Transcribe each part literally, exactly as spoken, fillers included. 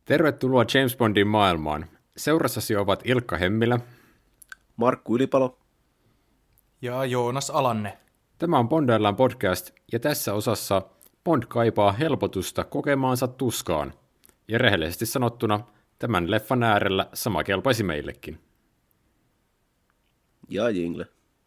Tervetuloa James Bondin maailmaan. Seurassasi ovat Ilkka Hemmilä, Markku Ylipalo ja Joonas Alanne. Tämä on Bondaillaan podcast, ja tässä osassa Bond kaipaa helpotusta kokemaansa tuskaan. Ja rehellisesti sanottuna, tämän leffan äärellä sama kelpaisi meillekin. ja jingle.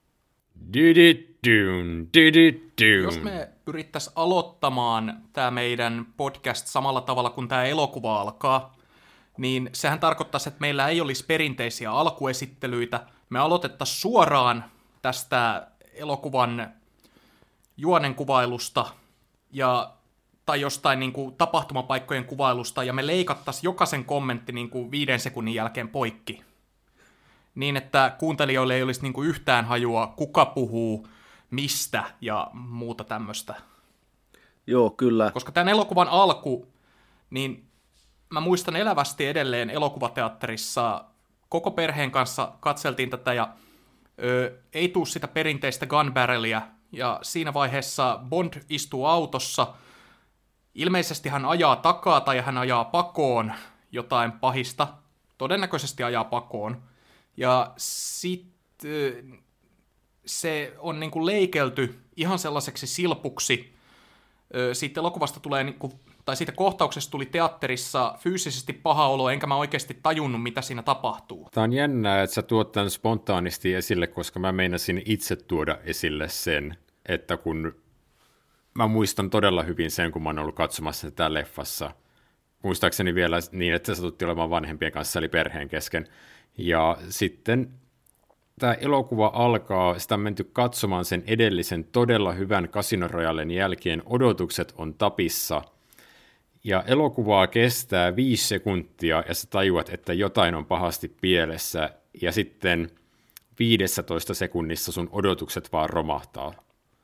Dididun, dididun. Jos me pyrittäisiin aloittamaan tämä meidän podcast samalla tavalla kuin tämä elokuva alkaa, niin sehän tarkoittaisi, että meillä ei olisi perinteisiä alkuesittelyitä. Me aloitettaisiin suoraan tästä elokuvan juonenkuvailusta ja, tai jostain niin kuin, tapahtumapaikkojen kuvailusta, ja me leikattaisiin jokaisen kommentti niin kuin, viiden sekunnin jälkeen poikki. Niin, että kuuntelijoille ei olisi niin kuin, yhtään hajua, kuka puhuu, mistä ja muuta tämmöistä. Joo, kyllä. Koska tämän elokuvan alku, niin mä muistan elävästi edelleen elokuvateatterissa, koko perheen kanssa katseltiin tätä, ja ö, ei tule sitä perinteistä gun barrelia, ja siinä vaiheessa Bond istuu autossa, ilmeisesti hän ajaa takaa tai hän ajaa pakoon jotain pahista, todennäköisesti ajaa pakoon, ja sitten se on niin kuin leikelty ihan sellaiseksi silpuksi. Siitä elokuvasta tulee, niin kuin, tai siitä kohtauksesta tuli teatterissa fyysisesti paha olo, enkä mä oikeasti tajunnut, mitä siinä tapahtuu. Tämä on jännää, että sä tuot tämän spontaanisti esille, koska mä meinasin itse tuoda esille sen, että kun mä muistan todella hyvin sen, kun mä oon ollut katsomassa tätä leffassa, muistaakseni vielä niin, että se satutti olemaan vanhempien kanssa, eli perheen kesken, ja sitten tämä elokuva alkaa, sitä on menty katsomaan sen edellisen todella hyvän Casino Royalen jälkeen, odotukset on tapissa, ja elokuvaa kestää viisi sekuntia, ja sä tajuat, että jotain on pahasti pielessä, ja sitten viidessätoista sekunnissa sun odotukset vaan romahtaa.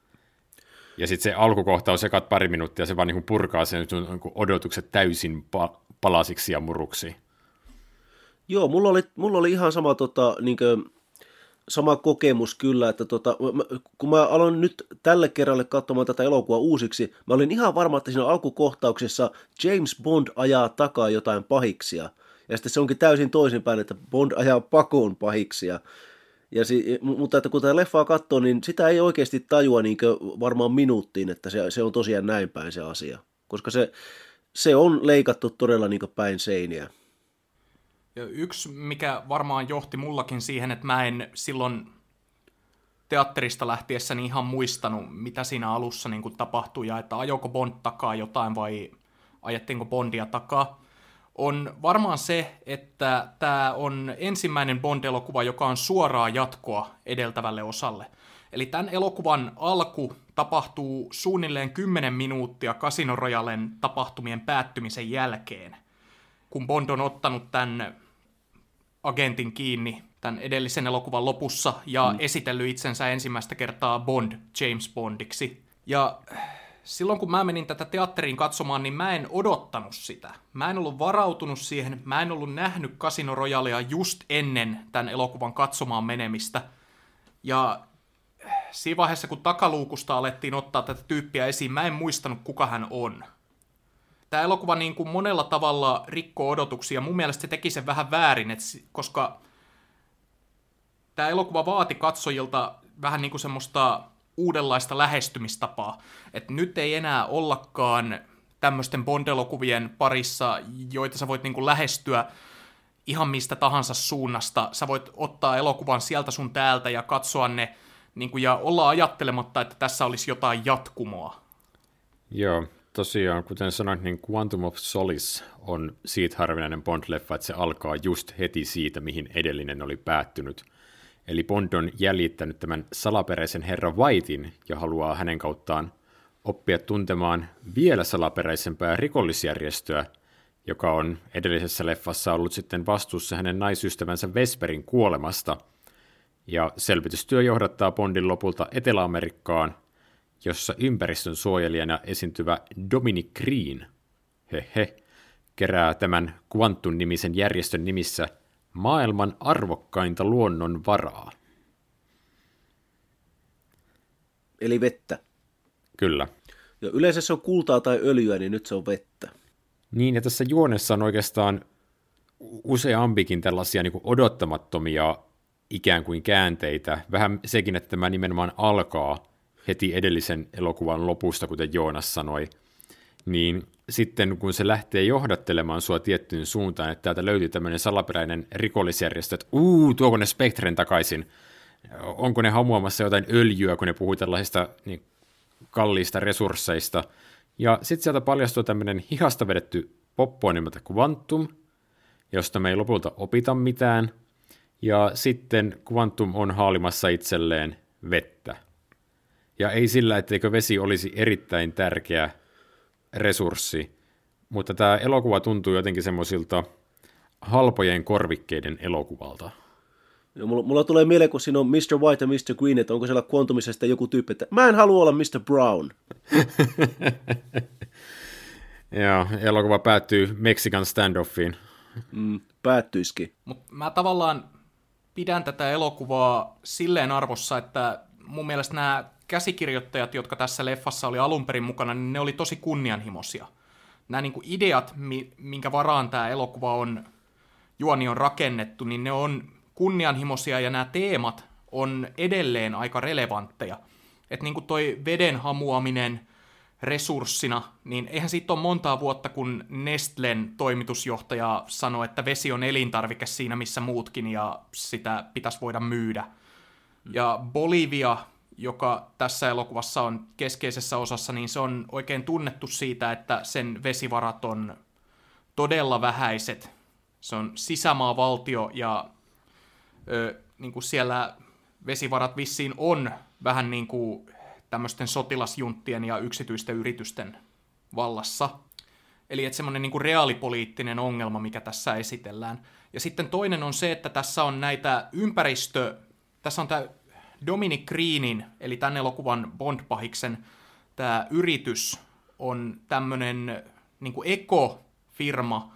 Ja sitten se alkukohtaus ekat pari minuuttia, se vaan niin kuin purkaa sen sun odotukset täysin pa- palasiksi ja muruksi. Joo, mulla oli, mulla oli ihan sama, tota, niinkö, sama kokemus kyllä, että tota, mä, kun mä aloin nyt tälle kerralle katsomaan tätä elokuvaa uusiksi, mä olin ihan varma, että siinä alkukohtauksessa James Bond ajaa takaa jotain pahiksia. Ja sitten se onkin täysin toisinpäin, että Bond ajaa pakoon pahiksia. Ja si, mutta että kun tätä leffaa katsoo, niin sitä ei oikeasti tajua niin varmaan minuuttiin, että se, se on tosiaan näin päin se asia. Koska se, se on leikattu todella niin päin seiniä. Ja yksi, mikä varmaan johti mullakin siihen, että mä en silloin teatterista lähtiessäni ihan muistanut, mitä siinä alussa niin kuin tapahtui, ja että ajoiko Bond takaa jotain vai ajettiinko Bondia takaa, on varmaan se, että tämä on ensimmäinen Bond-elokuva, joka on suoraa jatkoa edeltävälle osalle. Eli tämän elokuvan alku tapahtuu suunnilleen kymmenen minuuttia Casino Royalen tapahtumien päättymisen jälkeen, kun Bond on ottanut tämän agentin kiinni tämän edellisen elokuvan lopussa ja mm. esitellyt itsensä ensimmäistä kertaa Bond James Bondiksi. Ja silloin kun mä menin tätä teatteriin katsomaan, niin mä en odottanut sitä. Mä en ollut varautunut siihen, mä en ollut nähnyt Casino Royalea just ennen tämän elokuvan katsomaan menemistä. Ja siinä vaiheessa, kun takaluukusta alettiin ottaa tätä tyyppiä esiin, mä en muistanut, kuka hän on. Tämä elokuva niin kuin monella tavalla rikkoo odotuksia. Mun mielestä se teki sen vähän väärin, et, koska tämä elokuva vaati katsojilta vähän niin kuin semmoista uudenlaista lähestymistapaa. Et nyt ei enää ollakaan tämmöisten Bond-elokuvien parissa, joita sä voit niin kuin lähestyä ihan mistä tahansa suunnasta. Sä voit ottaa elokuvan sieltä sun täältä ja katsoa ne niin kuin, ja olla ajattelematta, että tässä olisi jotain jatkumoa. Joo. Tosiaan, kuten sanoit, niin Quantum of Solace on siitä harvinainen Bond-leffa, että se alkaa just heti siitä, mihin edellinen oli päättynyt. Eli Bond on jäljittänyt tämän salaperäisen herra Whitein ja haluaa hänen kauttaan oppia tuntemaan vielä salaperäisempää rikollisjärjestöä, joka on edellisessä leffassa ollut sitten vastuussa hänen naisystävänsä Vesperin kuolemasta. Ja selvitystyö johdattaa Bondin lopulta Etelä-Amerikkaan, jossa ympäristön suojelijana esiintyvä Dominic Green, hehe, kerää tämän Quantum-nimisen järjestön nimissä maailman arvokkainta luonnonvaraa. Eli vettä. Kyllä. Ja yleensä se on kultaa tai öljyä, niin nyt se on vettä. Niin, ja tässä juonessa on oikeastaan useampikin tällaisia niin kuin odottamattomia ikään kuin käänteitä. Vähän sekin, että tämä nimenomaan alkaa heti edellisen elokuvan lopusta, kuten Joonas sanoi, niin sitten kun se lähtee johdattelemaan sua tiettyyn suuntaan, että täältä löytyy tämmöinen salaperäinen rikollisjärjestö, että uu, tuoko ne Spectren takaisin, onko ne hamuamassa jotain öljyä, kun ne puhuu tällaisista niin kalliista resursseista, ja sitten sieltä paljastuu tämmöinen hihasta vedetty poppo nimeltä Quantum, josta me ei lopulta opita mitään, ja sitten Quantum on haalimassa itselleen vettä. Ja ei sillä, etteikö vesi olisi erittäin tärkeä resurssi, mutta tämä elokuva tuntuu jotenkin semmoisilta halpojen korvikkeiden elokuvalta. Ja mulla, mulla tulee mieleen, kun siinä on mister White ja mister Green, että onko siellä Quantumissa sitten joku tyyppi, että mä en halua olla mister Brown. Joo, elokuva päättyy Mexican standoffiin. Mm, päättyisikin. Mutta mä tavallaan pidän tätä elokuvaa silleen arvossa, että mun mielestä nämä käsikirjoittajat, jotka tässä leffassa oli alun perin mukana, niin ne oli tosi kunnianhimoisia. Nämä niin kuin ideat, minkä varaan tämä elokuva on, juoni on rakennettu, niin ne on kunnianhimoisia ja nämä teemat on edelleen aika relevantteja. Että niin kuin toi veden hamuaminen resurssina, niin eihän siitä ole montaa vuotta, kun Nestlen toimitusjohtaja sanoi, että vesi on elintarvike siinä missä muutkin ja sitä pitäisi voida myydä. Ja Bolivia, joka tässä elokuvassa on keskeisessä osassa, niin se on oikein tunnettu siitä, että sen vesivarat on todella vähäiset. Se on sisämaavaltio ja ö, niin kuin siellä vesivarat vissiin on vähän niin kuin tämmöisten sotilasjunttien ja yksityisten yritysten vallassa. Eli että semmoinen niin kuin reaalipoliittinen ongelma, mikä tässä esitellään. Ja sitten toinen on se, että tässä on näitä ympäristö... Tässä on tämä Dominic Greenin, eli tämän elokuvan Bond-pahiksen, tämä yritys on tämmöinen niin kuin ekofirma,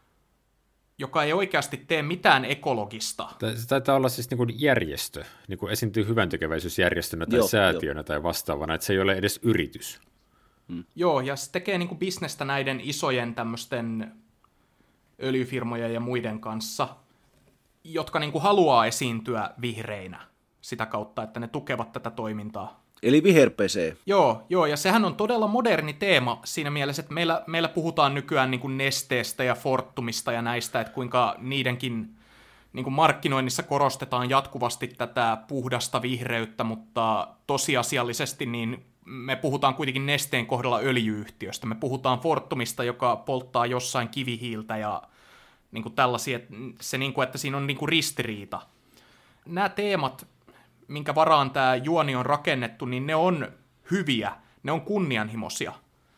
joka ei oikeasti tee mitään ekologista. Se taitaa olla siis niin kuin järjestö, niin kuin esiintyy hyväntekeväisyysjärjestönä tai Joo, säätiönä jo. tai vastaavana, että se ei ole edes yritys. Hmm. Joo, ja se tekee niin kuin bisnestä näiden isojen tämmöisten öljyfirmojen ja muiden kanssa, jotka niin kuin haluaa esiintyä vihreinä sitä kautta, että ne tukevat tätä toimintaa. Eli viherpesee. Joo, joo, ja sehän on todella moderni teema siinä mielessä, että meillä, meillä puhutaan nykyään niin kuin Nesteestä ja Fortumista ja näistä, että kuinka niidenkin niin kuin markkinoinnissa korostetaan jatkuvasti tätä puhdasta vihreyttä, mutta tosiasiallisesti niin me puhutaan kuitenkin Nesteen kohdalla öljyyhtiöstä. Me puhutaan Fortumista, joka polttaa jossain kivihiiltä ja niin kuin tällaisia, että, se, niin kuin, että siinä on niin kuin ristiriita. Nämä teemat, minkä varaan tämä juoni on rakennettu, niin ne on hyviä, ne on kunnianhimoisia.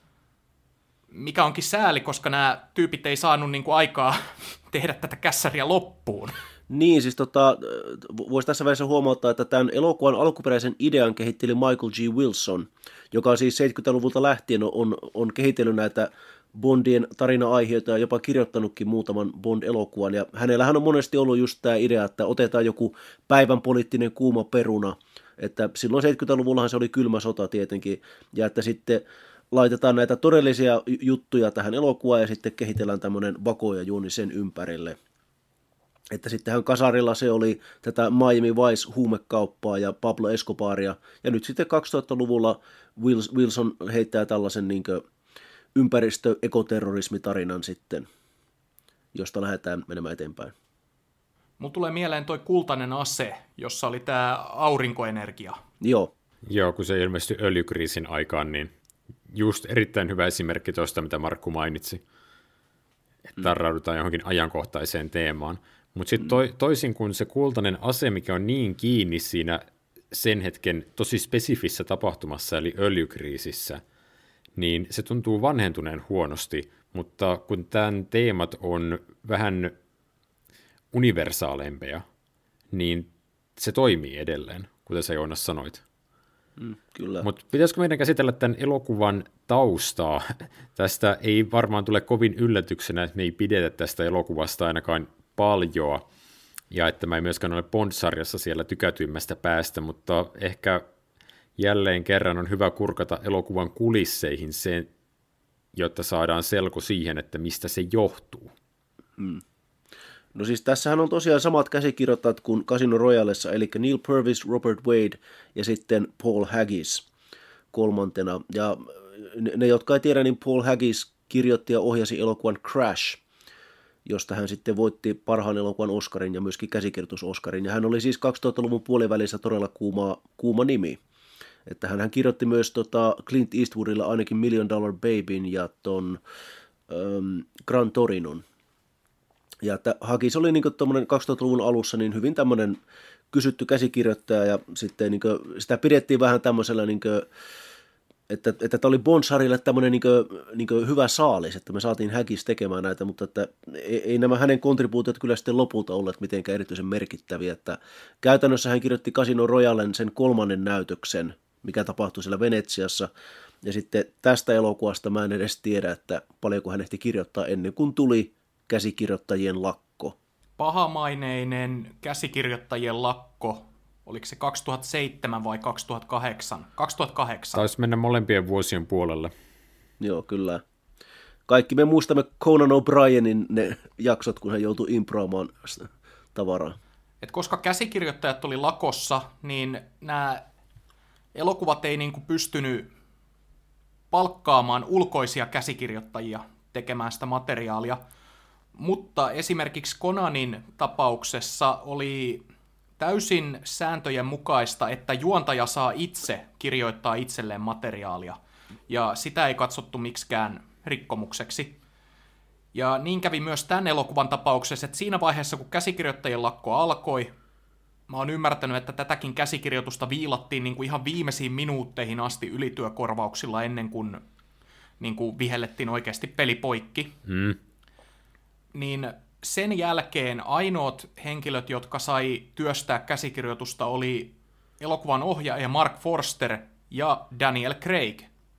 Mikä onkin sääli, koska nämä tyypit ei saanut niin kuin aikaa tehdä tätä kässäriä loppuun. Niin, siis tota, voisi tässä välissä huomauttaa, että tämän elokuvan alkuperäisen idean kehitteli Michael G. Wilson, joka siis seitsemänkymmentäluvulta lähtien on, on kehitellyt näitä Bondien tarina-aiheita ja jopa kirjoittanutkin muutaman Bond-elokuvan. Ja hänellähän on monesti ollut just tämä idea, että otetaan joku päivän poliittinen kuuma peruna, että silloin seitsemänkymmentäluvullahan se oli kylmä sota tietenkin, ja että sitten laitetaan näitä todellisia juttuja tähän elokuvaan ja sitten kehitellään tämmöinen vako ja juoni sen ympärille. Että sittenhän kasarilla se oli tätä Miami Vice-huumekauppaa ja Pablo Escobaria, ja nyt sitten kaksituhattaluvulla Wilson heittää tällaisen niin kuin ympäristö-ekoterrorismitarinan sitten, josta lähdetään menemään eteenpäin. Mulla tulee mieleen toi kultainen ase, jossa oli tämä aurinkoenergia. Joo. Joo, kun se ilmestyi öljykriisin aikaan, niin just erittäin hyvä esimerkki tuosta, mitä Markku mainitsi, että tarraudutaan johonkin ajankohtaiseen teemaan. Mutta sitten to, toisin kuin se kultainen ase, mikä on niin kiinni siinä sen hetken tosi spesifissä tapahtumassa, eli öljykriisissä, niin se tuntuu vanhentuneen huonosti, mutta kun tämän teemat on vähän universaalempeja, niin se toimii edelleen, kuten sä Joonas sanoit. Mm, kyllä. Mutta pitäisikö meidän käsitellä tämän elokuvan taustaa? Tästä ei varmaan tule kovin yllätyksenä, että me ei pidetä tästä elokuvasta ainakaan paljon, ja että mä ei myöskään ole Bond-sarjassa siellä tykätyimmästä päästä, mutta ehkä jälleen kerran on hyvä kurkata elokuvan kulisseihin se, jotta saadaan selko siihen, että mistä se johtuu. Hmm. No siis tässähän on tosiaan samat käsikirjoittajat kuin Casino Royalessa, eli Neil Purvis, Robert Wade ja sitten Paul Haggis kolmantena. Ja ne, ne jotka ei tiedä, niin Paul Haggis kirjoitti ja ohjasi elokuvan Crash, josta hän sitten voitti parhaan elokuvan Oscarin ja myöskin käsikirjoitus-Oscarin. Ja hän oli siis kaksituhattaluvun puolivälissä todella kuuma, kuuma nimi. Että hän kirjoitti myös tota Clint Eastwoodilla ainakin Million Dollar Babyn ja ton ähm, Gran Torinon. Ja Haggis oli niin tuommoinen kaksituhattaluvun alussa niin hyvin tämmöinen kysytty käsikirjoittaja, ja sitten niin kuin, sitä pidettiin vähän tämmöisellä, niin kuin, että, että tämä oli Bond-sarjalle tämmöinen niin kuin, niin kuin hyvä saalis, että me saatiin Haggis tekemään näitä, mutta että ei, ei nämä hänen kontribuutiot kyllä sitten lopulta olleet mitenkään erityisen merkittäviä. Että käytännössä hän kirjoitti Casino Royalen sen kolmannen näytöksen, mikä tapahtui siellä Venetsiassa, ja sitten tästä elokuvasta mä en edes tiedä, että paljonko hän ehti kirjoittaa ennen kuin tuli käsikirjoittajien lakko. Pahamaineinen käsikirjoittajien lakko, oliko se kaksituhattaseitsemän vai kaksituhattakahdeksan? kaksituhattakahdeksan. Taisi mennä molempien vuosien puolelle. Joo, kyllä. Kaikki me muistamme Conan O'Brienin ne jaksot, kun hän joutui impraamaan tavaraa. Et koska käsikirjoittajat oli lakossa, niin nämä elokuvat ei niinku pystynyt palkkaamaan ulkoisia käsikirjoittajia tekemään sitä materiaalia, mutta esimerkiksi Conanin tapauksessa oli täysin sääntöjen mukaista, että juontaja saa itse kirjoittaa itselleen materiaalia, ja sitä ei katsottu miksikään rikkomukseksi. Ja niin kävi myös tämän elokuvan tapauksessa, että siinä vaiheessa, kun käsikirjoittajien lakko alkoi, mä oon ymmärtänyt, että tätäkin käsikirjoitusta viilattiin niin kuin ihan viimeisiin minuutteihin asti ylityökorvauksilla ennen kuin, niin kuin vihellettiin oikeasti peli poikki. Mm. Niin sen jälkeen ainoat henkilöt, jotka sai työstää käsikirjoitusta, oli elokuvan ohjaaja Mark Forster ja Daniel Craig.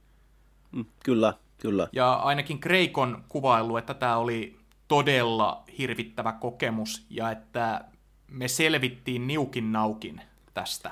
Mm, kyllä, kyllä. Ja ainakin Craig on kuvaillut, että tämä oli todella hirvittävä kokemus ja että me selvittiin niukin naukin tästä.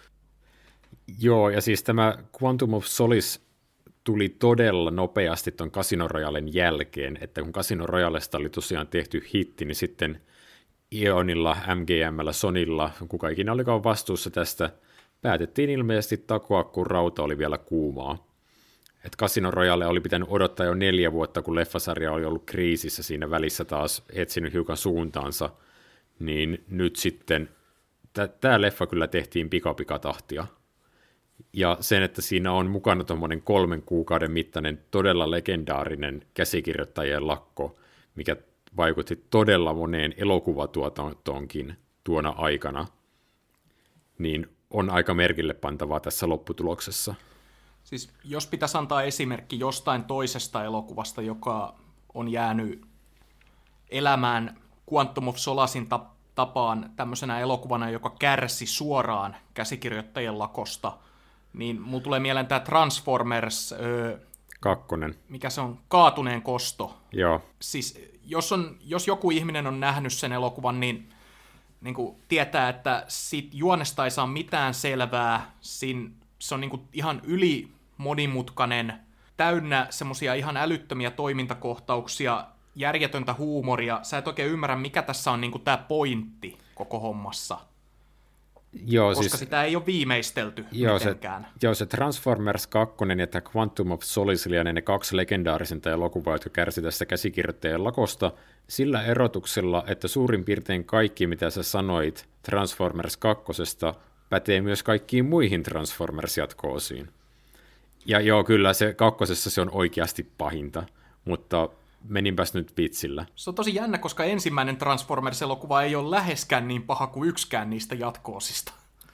Joo, ja siis tämä Quantum of Solace tuli todella nopeasti ton Casino Royalen jälkeen, että kun Casino Royalesta oli tosiaan tehty hitti, niin sitten Eonilla, M G M:llä, Sonylla, kuka ikinä olikaan vastuussa tästä, päätettiin ilmeisesti takoa, kun rauta oli vielä kuumaa. Et Casino Royale oli pitänyt odottaa jo neljä vuotta, kun leffasarja oli ollut kriisissä siinä välissä taas etsinyt hiukan suuntaansa, niin nyt sitten tämä leffa kyllä tehtiin pikapikatahtia. Ja sen, että siinä on mukana tuommoinen kolmen kuukauden mittainen todella legendaarinen käsikirjoittajien lakko, mikä vaikutti todella moneen elokuvatuotantoonkin tuona aikana, niin on aika merkille pantavaa tässä lopputuloksessa. Siis jos pitäisi antaa esimerkki jostain toisesta elokuvasta, joka on jäänyt elämään Quantum of Solacen tapaan tämmöisenä elokuvana, joka kärsi suoraan käsikirjoittajien lakosta, niin mulla tulee mieleen tämä Transformers... Öö, Kakkonen. Mikä se on? Kaatuneen kosto. Joo. Siis jos, on, jos joku ihminen on nähnyt sen elokuvan, niin, niin kuin tietää, että siitä juonesta ei saa mitään selvää. Siin, se on niin kuin ihan yli monimutkainen, täynnä semmoisia ihan älyttömiä toimintakohtauksia, järjetöntä huumoria. Sä et oikein ymmärrä, mikä tässä on niin kuin tämä pointti koko hommassa. Joo, koska siis, sitä ei ole viimeistelty joo, mitenkään. Se, joo, se Transformers kaksi ja tämä Quantum of Solace oli ne kaksi legendaarisinta elokuvaa, jotka kärsi tästä käsikirjoittajien lakosta, sillä erotuksella, että suurin piirtein kaikki, mitä sä sanoit Transformers kaksi, pätee myös kaikkiin muihin Transformers-jatko-osiin. Ja joo, kyllä se kakkosessa se on oikeasti pahinta, mutta meninpäs nyt vitsillä. Se on tosi jännä, koska ensimmäinen Transformers-elokuva ei ole läheskään niin paha kuin yksikään niistä jatko-osista.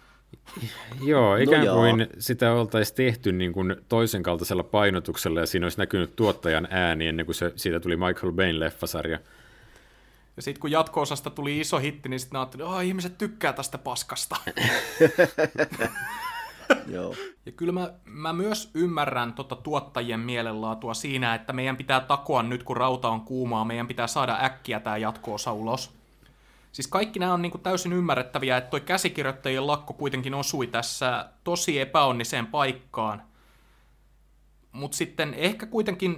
Joo, ikään no kuin joo. sitä oltaisiin tehty niin kuin toisen kaltaisella painotuksella, ja siinä olisi näkynyt tuottajan ääni ennen kuin se, siitä tuli Michael Bayn leffasarja. Ja sitten kun jatko-osasta tuli iso hitti, niin sitten ajattelin, että ihmiset tykkää tästä paskasta. Joo. Ja kyllä mä, mä myös ymmärrän tota tuottajien mielenlaatua siinä, että meidän pitää takoa nyt, kun rauta on kuumaa, meidän pitää saada äkkiä tämä jatko-osa ulos. Siis kaikki nämä on niinku täysin ymmärrettäviä, että toi käsikirjoittajien lakko kuitenkin osui tässä tosi epäonniseen paikkaan. Mutta sitten ehkä kuitenkin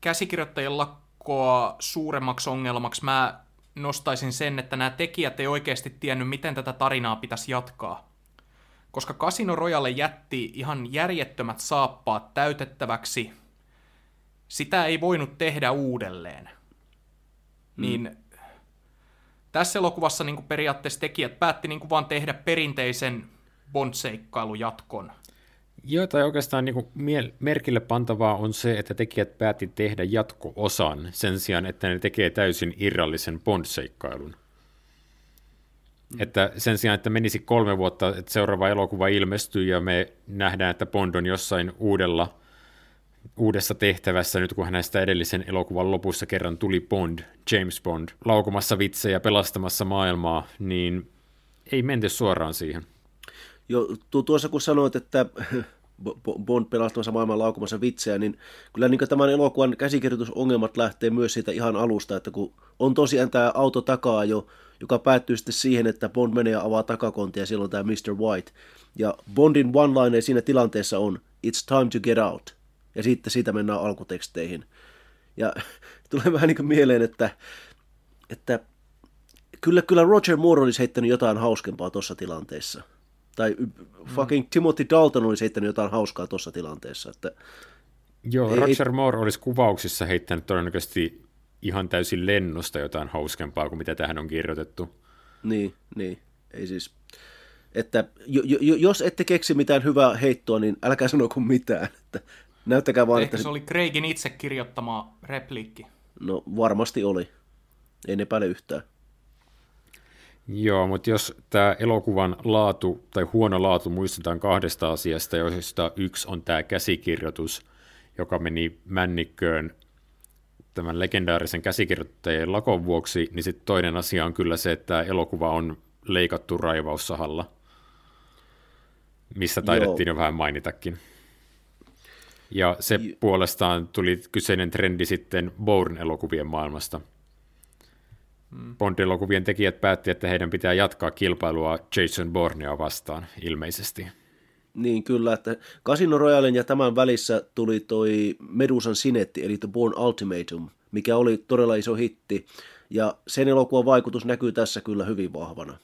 käsikirjoittajien lakkoa suuremmaksi ongelmaksi mä nostaisin sen, että nämä tekijät ei oikeasti tiennyt, miten tätä tarinaa pitäisi jatkaa. Koska Casino Royale jätti ihan järjettömät saappaat täytettäväksi, sitä ei voinut tehdä uudelleen. Mm. Niin tässä elokuvassa niin kuin periaatteessa tekijät päätti niin kuin vaan tehdä perinteisen Bond-seikkailujatkon. Joo, tai oikeastaan niin kuin merkille pantavaa on se, että tekijät päätti tehdä jatko-osan sen sijaan, että ne tekee täysin irrallisen Bond-seikkailun. Mm. Että sen sijaan, että menisi kolme vuotta, että seuraava elokuva ilmestyy ja me nähdään, että Bond on jossain uudella, uudessa tehtävässä, nyt kun hänestä edellisen elokuvan lopussa kerran tuli Bond, James Bond, laukumassa vitsejä, pelastamassa maailmaa, niin ei menty suoraan siihen. Jo, tuossa kun sanoit, että Bond pelastamassa maailman laukumassa vitsejä, niin kyllä niin tämän elokuvan käsikirjoitusongelmat lähtee myös siitä ihan alusta, että kun on tosiaan tämä auto takaa jo, joka päättyy sitten siihen, että Bond menee ja avaa takakontia ja silloin tämä mister White. Ja Bondin one-line siinä tilanteessa on "It's time to get out". Ja sitten siitä mennään alkuteksteihin. Ja tulee vähän niin kuin mieleen, että, että kyllä, kyllä Roger Moore olisi heittänyt jotain hauskempaa tuossa tilanteessa. Tai fucking Timothy Dalton olisi heittänyt jotain hauskaa tuossa tilanteessa. Että Joo, ei, Roger Moore olisi kuvauksissa heittänyt todennäköisesti ihan täysin lennosta jotain hauskempaa kuin mitä tähän on kirjoitettu. Niin, niin. Ei siis, että jo, jo, jos ette keksi mitään hyvää heittoa, niin älkää sanoko mitään. Että näyttäkää vaan, Ehkä että se oli Craigin itse kirjoittama repliikki. No varmasti oli. Ei ne päälle yhtään. Joo, mutta jos tämä elokuvan laatu tai huono laatu muistetaan kahdesta asiasta, joista yksi on tämä käsikirjoitus, joka meni männikköön tämän legendaarisen käsikirjoittajien lakon vuoksi, niin sitten toinen asia on kyllä se, että elokuva on leikattu raivaussahalla, missä taidettiin Joo. jo vähän mainitakin. Ja se J- puolestaan tuli kyseinen trendi sitten Bourne-elokuvien maailmasta. Hmm. Bond-elokuvien tekijät päätti, että heidän pitää jatkaa kilpailua Jason Bournea vastaan ilmeisesti. Niin kyllä, että Casino Royalen ja tämän välissä tuli toi Medusan sinetti, eli The Bourne Ultimatum, mikä oli todella iso hitti, ja sen elokuvan vaikutus näkyy tässä kyllä hyvin vahvana.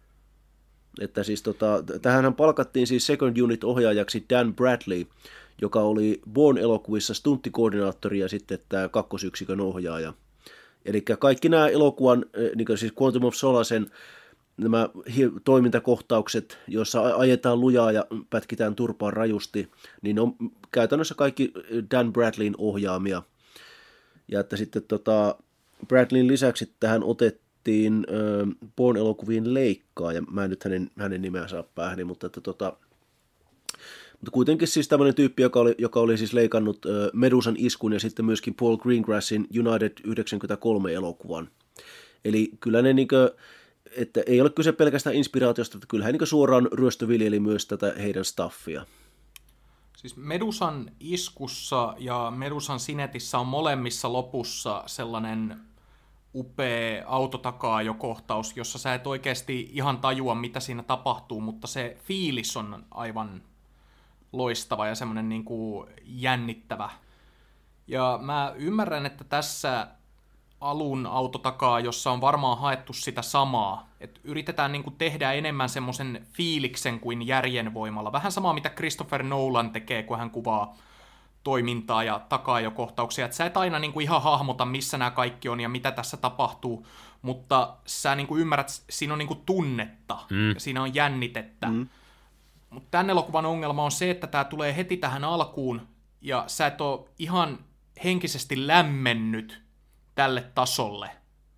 Että siis tota, tähänhän palkattiin siis Second Unit-ohjaajaksi Dan Bradley, joka oli Bourne-elokuvissa stunttikoordinaattori ja sitten tämä kakkosyksikön ohjaaja. Eli kaikki nämä elokuvan, niin kuin siis Quantum of Solacen nämä toimintakohtaukset, joissa ajetaan lujaa ja pätkitään turpaan rajusti, niin on käytännössä kaikki Dan Bradleyn ohjaamia. Ja että sitten tota, Bradleyn lisäksi tähän otettiin äh, Bourne-elokuviin leikkaaja, mä en nyt hänen, hänen nimeä saa päähäni, mutta että tota, mutta kuitenkin siis tämmöinen tyyppi, joka oli, joka oli siis leikannut äh, Medusan iskun ja sitten myöskin Paul Greengrassin United yhdeksänkymmentäkolme elokuvan. Eli kyllä ne niinkö, että ei ole kyse pelkästään inspiraatiosta, että kyllähän niinkö suoraan ryöstöviljeli myös tätä heidän staffia. Siis Medusan iskussa ja Medusan sinetissä on molemmissa lopussa sellainen upea autotakaa-ajokohtaus, jossa sä et oikeasti ihan tajua, mitä siinä tapahtuu, mutta se fiilis on aivan loistava ja semmoinen niin kuin jännittävä. Ja mä ymmärrän, että tässä alun autotakaa, jossa on varmaan haettu sitä samaa, että yritetään niin kuin tehdä enemmän semmoisen fiiliksen kuin järjen voimalla. Vähän samaa, mitä Christopher Nolan tekee, kun hän kuvaa toimintaa ja takaa-ajokohtauksia, että sä et aina niin kuin ihan hahmota, missä nämä kaikki on ja mitä tässä tapahtuu, mutta sä niin kuin ymmärrät, siinä on niin kuin tunnetta mm. ja siinä on jännitettä. Mm. Mutta tämän elokuvan ongelma on se, että tämä tulee heti tähän alkuun ja sä et ole ihan henkisesti lämmennyt tälle tasolle.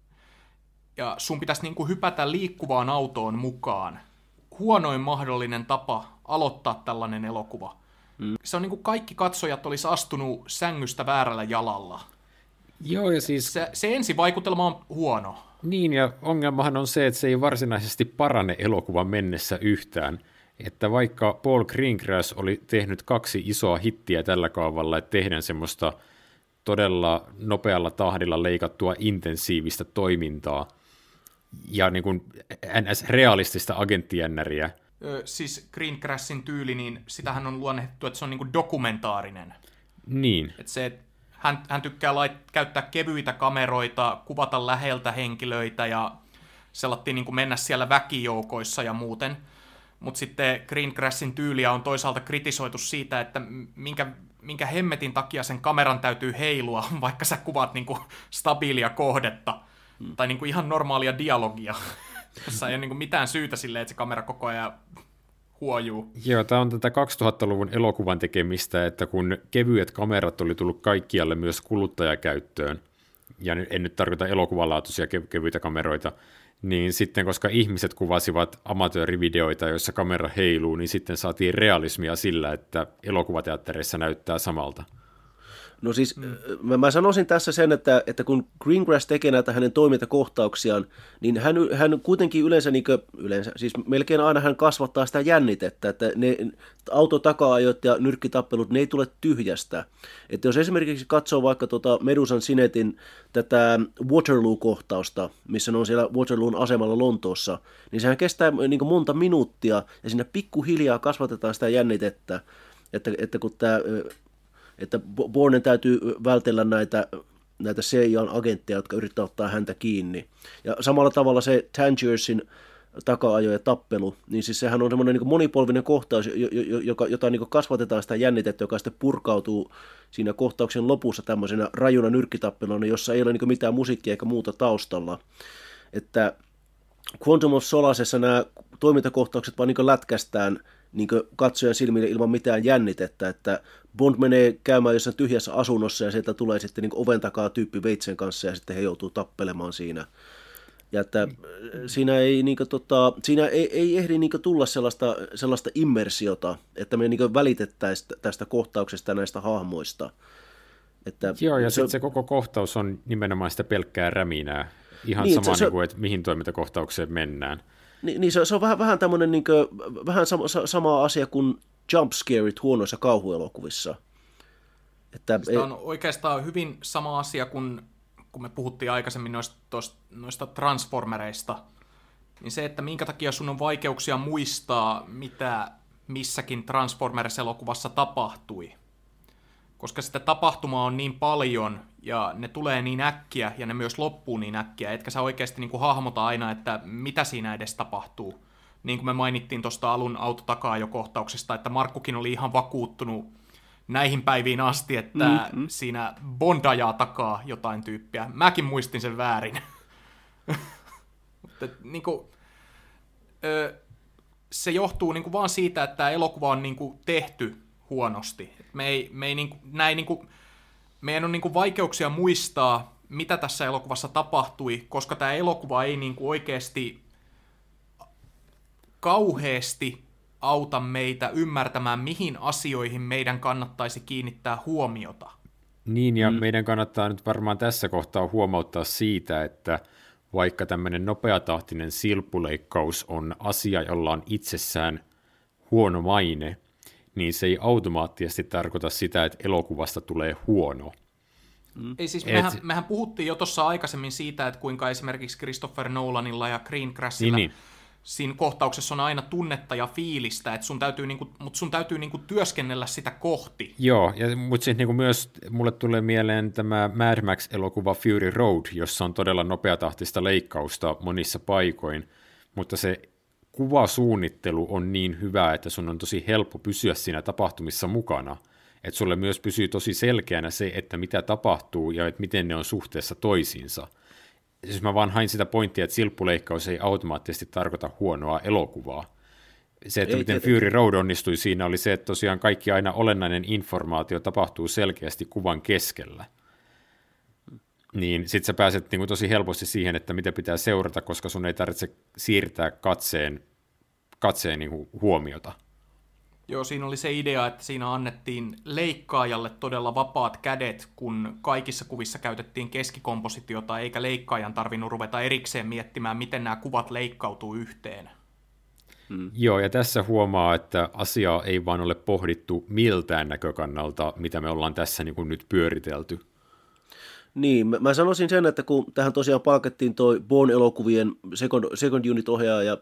Ja sun pitäisi niin kuin hypätä liikkuvaan autoon mukaan. Huonoin mahdollinen tapa aloittaa tällainen elokuva. Mm. Se on niin kuin kaikki katsojat olisi astunut sängystä väärällä jalalla. Joo, ja siis Se, se ensivaikutelma on huono. Niin, ja ongelmahan on se, että se ei varsinaisesti parane elokuvan mennessä yhtään. Että vaikka Paul Greengrass oli tehnyt kaksi isoa hittiä tällä kaavalla, että tehdään semmoista todella nopealla tahdilla leikattua intensiivistä toimintaa ja niin kuin N S-realistista agenttijännäriä. Ö, siis Greengrassin tyyli, niin sitähän on luonnehtettu, että se on niin kuin dokumentaarinen. Niin. Että se, hän, hän tykkää lait, käyttää kevyitä kameroita, kuvata läheltä henkilöitä ja sellattiin niin kuin mennä siellä väkijoukoissa ja muuten. Mutta sitten Greengrassin tyyliä on toisaalta kritisoitu siitä, että minkä, minkä hemmetin takia sen kameran täytyy heilua, vaikka sä kuvaat niin kuin stabiilia kohdetta hmm. tai niin kuin ihan normaalia dialogia, jossa ei ole niin kuin mitään syytä silleen, että se kamera koko ajan huojuu. Joo, tämä on tätä kaksituhattaluvun elokuvan tekemistä, että kun kevyet kamerat oli tullut kaikkialle myös kuluttajakäyttöön, ja en nyt tarkoita elokuvalaatuisia kev- kevyitä kameroita, niin sitten koska ihmiset kuvasivat amatöörivideoita, joissa kamera heiluu, niin sitten saatiin realismia sillä, että elokuvateattereissa näyttää samalta. No siis mm. mä, mä sanoisin tässä sen, että, että kun Greengrass tekee näitä hänen toimintakohtauksiaan, niin hän, hän kuitenkin yleensä, niin kuin, yleensä, siis melkein aina hän kasvattaa sitä jännitettä, että ne autotaka-ajot ja nyrkkitappelut, ne ei tule tyhjästä. Että jos esimerkiksi katsoo vaikka tuota Medusan Sinetin tätä Waterloo-kohtausta, missä ne on siellä Waterloon asemalla Lontoossa, niin sehän kestää niin monta minuuttia, ja siinä pikkuhiljaa kasvatetaan sitä jännitettä, että, että kun tämä... että Bournen täytyy vältellä näitä, näitä C I A:n agentteja, jotka yrittää ottaa häntä kiinni. Ja samalla tavalla se Tangiersin taka-ajo ja tappelu, niin siis sehän on semmoinen niin monipolvinen kohtaus, joka, jota niin kasvatetaan sitä jännitettä, joka sitten purkautuu siinä kohtauksen lopussa tämmöisenä rajuna nyrkkitappeluna, jossa ei ole niin mitään musiikkia eikä muuta taustalla. Että Quantum of Solacessa nämä toimintakohtaukset vaan niin lätkästään niin katsojan silmille ilman mitään jännitettä, että Bond menee käymään jossain tyhjässä asunnossa ja sieltä tulee sitten niin oven takaa tyyppi veitsen kanssa ja sitten he joutuu tappelemaan siinä. Ja että siinä ei, niin kuin, tota, siinä ei, ei ehdi niin kuin, tulla sellaista, sellaista immersiota, että me niin välitettäisiin tästä kohtauksesta ja näistä hahmoista. Että Joo, ja se, sitten se koko kohtaus on nimenomaan sitä pelkkää räminää. Ihan niin, sama, se, niin kuin, että mihin toimintakohtaukseen mennään. Niin, niin se, se on vähän, vähän tämmöinen niin kuin, vähän sama, sama asia kuin jump scareit huonoissa kauhuelokuvissa. Että Sitä on oikeastaan hyvin sama asia kuin kun me puhuttiin aikaisemmin noista, toista, noista transformereista, niin se, että minkä takia sun on vaikeuksia muistaa, mitä missäkin Transformers-elokuvassa tapahtui. Koska sitä tapahtumaa on niin paljon, ja ne tulee niin äkkiä, ja ne myös loppuu niin äkkiä, etkä sä oikeasti niin kuin hahmota aina, että mitä siinä edes tapahtuu. Niin kuin me mainittiin tuosta alun autotakaa-ajo-kohtauksesta, että Markkukin oli ihan vakuuttunut näihin päiviin asti, että mm-hmm. siinä Bond ajaa takaa jotain tyyppiä. Mäkin muistin sen väärin. Mutta niin kuin, se johtuu niin kuin vaan siitä, että tämä elokuva on niin kuin tehty huonosti. Me ei, me ei niin kuin, näin niin kuin, meidän on niin kuin vaikeuksia muistaa, mitä tässä elokuvassa tapahtui, koska tämä elokuva ei niin kuin oikeasti kauheasti auta meitä ymmärtämään, mihin asioihin meidän kannattaisi kiinnittää huomiota. Niin, ja mm. meidän kannattaa nyt varmaan tässä kohtaa huomauttaa siitä, että vaikka tämmöinen nopeatahtinen silppuleikkaus on asia, jolla on itsessään huono maine, niin se ei automaattisesti tarkoita sitä, että elokuvasta tulee huono. Mm. Ei siis, mehän, Et... mehän puhuttiin jo tuossa aikaisemmin siitä, että kuinka esimerkiksi Christopher Nolanilla ja Greengrassilla niin, niin. siinä kohtauksessa on aina tunnetta ja fiilistä, että sun täytyy, niinku, mutta sun täytyy niinku työskennellä sitä kohti. Joo, ja, mutta sitten niinku myös mulle tulee mieleen tämä Mad Max-elokuva Fury Road, jossa on todella nopeatahtista leikkausta monissa paikoin, mutta se kuvasuunnittelu on niin hyvä, että sun on tosi helppo pysyä siinä tapahtumissa mukana. Että sulle myös pysyy tosi selkeänä se, että mitä tapahtuu ja että miten ne on suhteessa toisiinsa. Siis mä vaan hain sitä pointtia, että silppuleikkaus ei automaattisesti tarkoita huonoa elokuvaa. Se, että ei, miten tietysti. Fury Road onnistui siinä, oli se, että tosiaan kaikki aina olennainen informaatio tapahtuu selkeästi kuvan keskellä. Niin sit sä pääset niin kuin tosi helposti siihen, että mitä pitää seurata, koska sun ei tarvitse siirtää katseen, katseen niin kuin huomiota. Joo, siinä oli se idea, että siinä annettiin leikkaajalle todella vapaat kädet, kun kaikissa kuvissa käytettiin keskikompositiota, eikä leikkaajan tarvinnut ruveta erikseen miettimään, miten nämä kuvat leikkautuu yhteen. Hmm. Joo, ja tässä huomaa, että asiaa ei vaan ole pohdittu miltään näkökannalta, mitä me ollaan tässä niin kuin nyt pyöritelty. Niin, mä sanoisin sen, että kun tähän tosiaan palkattiin toi Bourne-elokuvien second, second unit-ohjaaja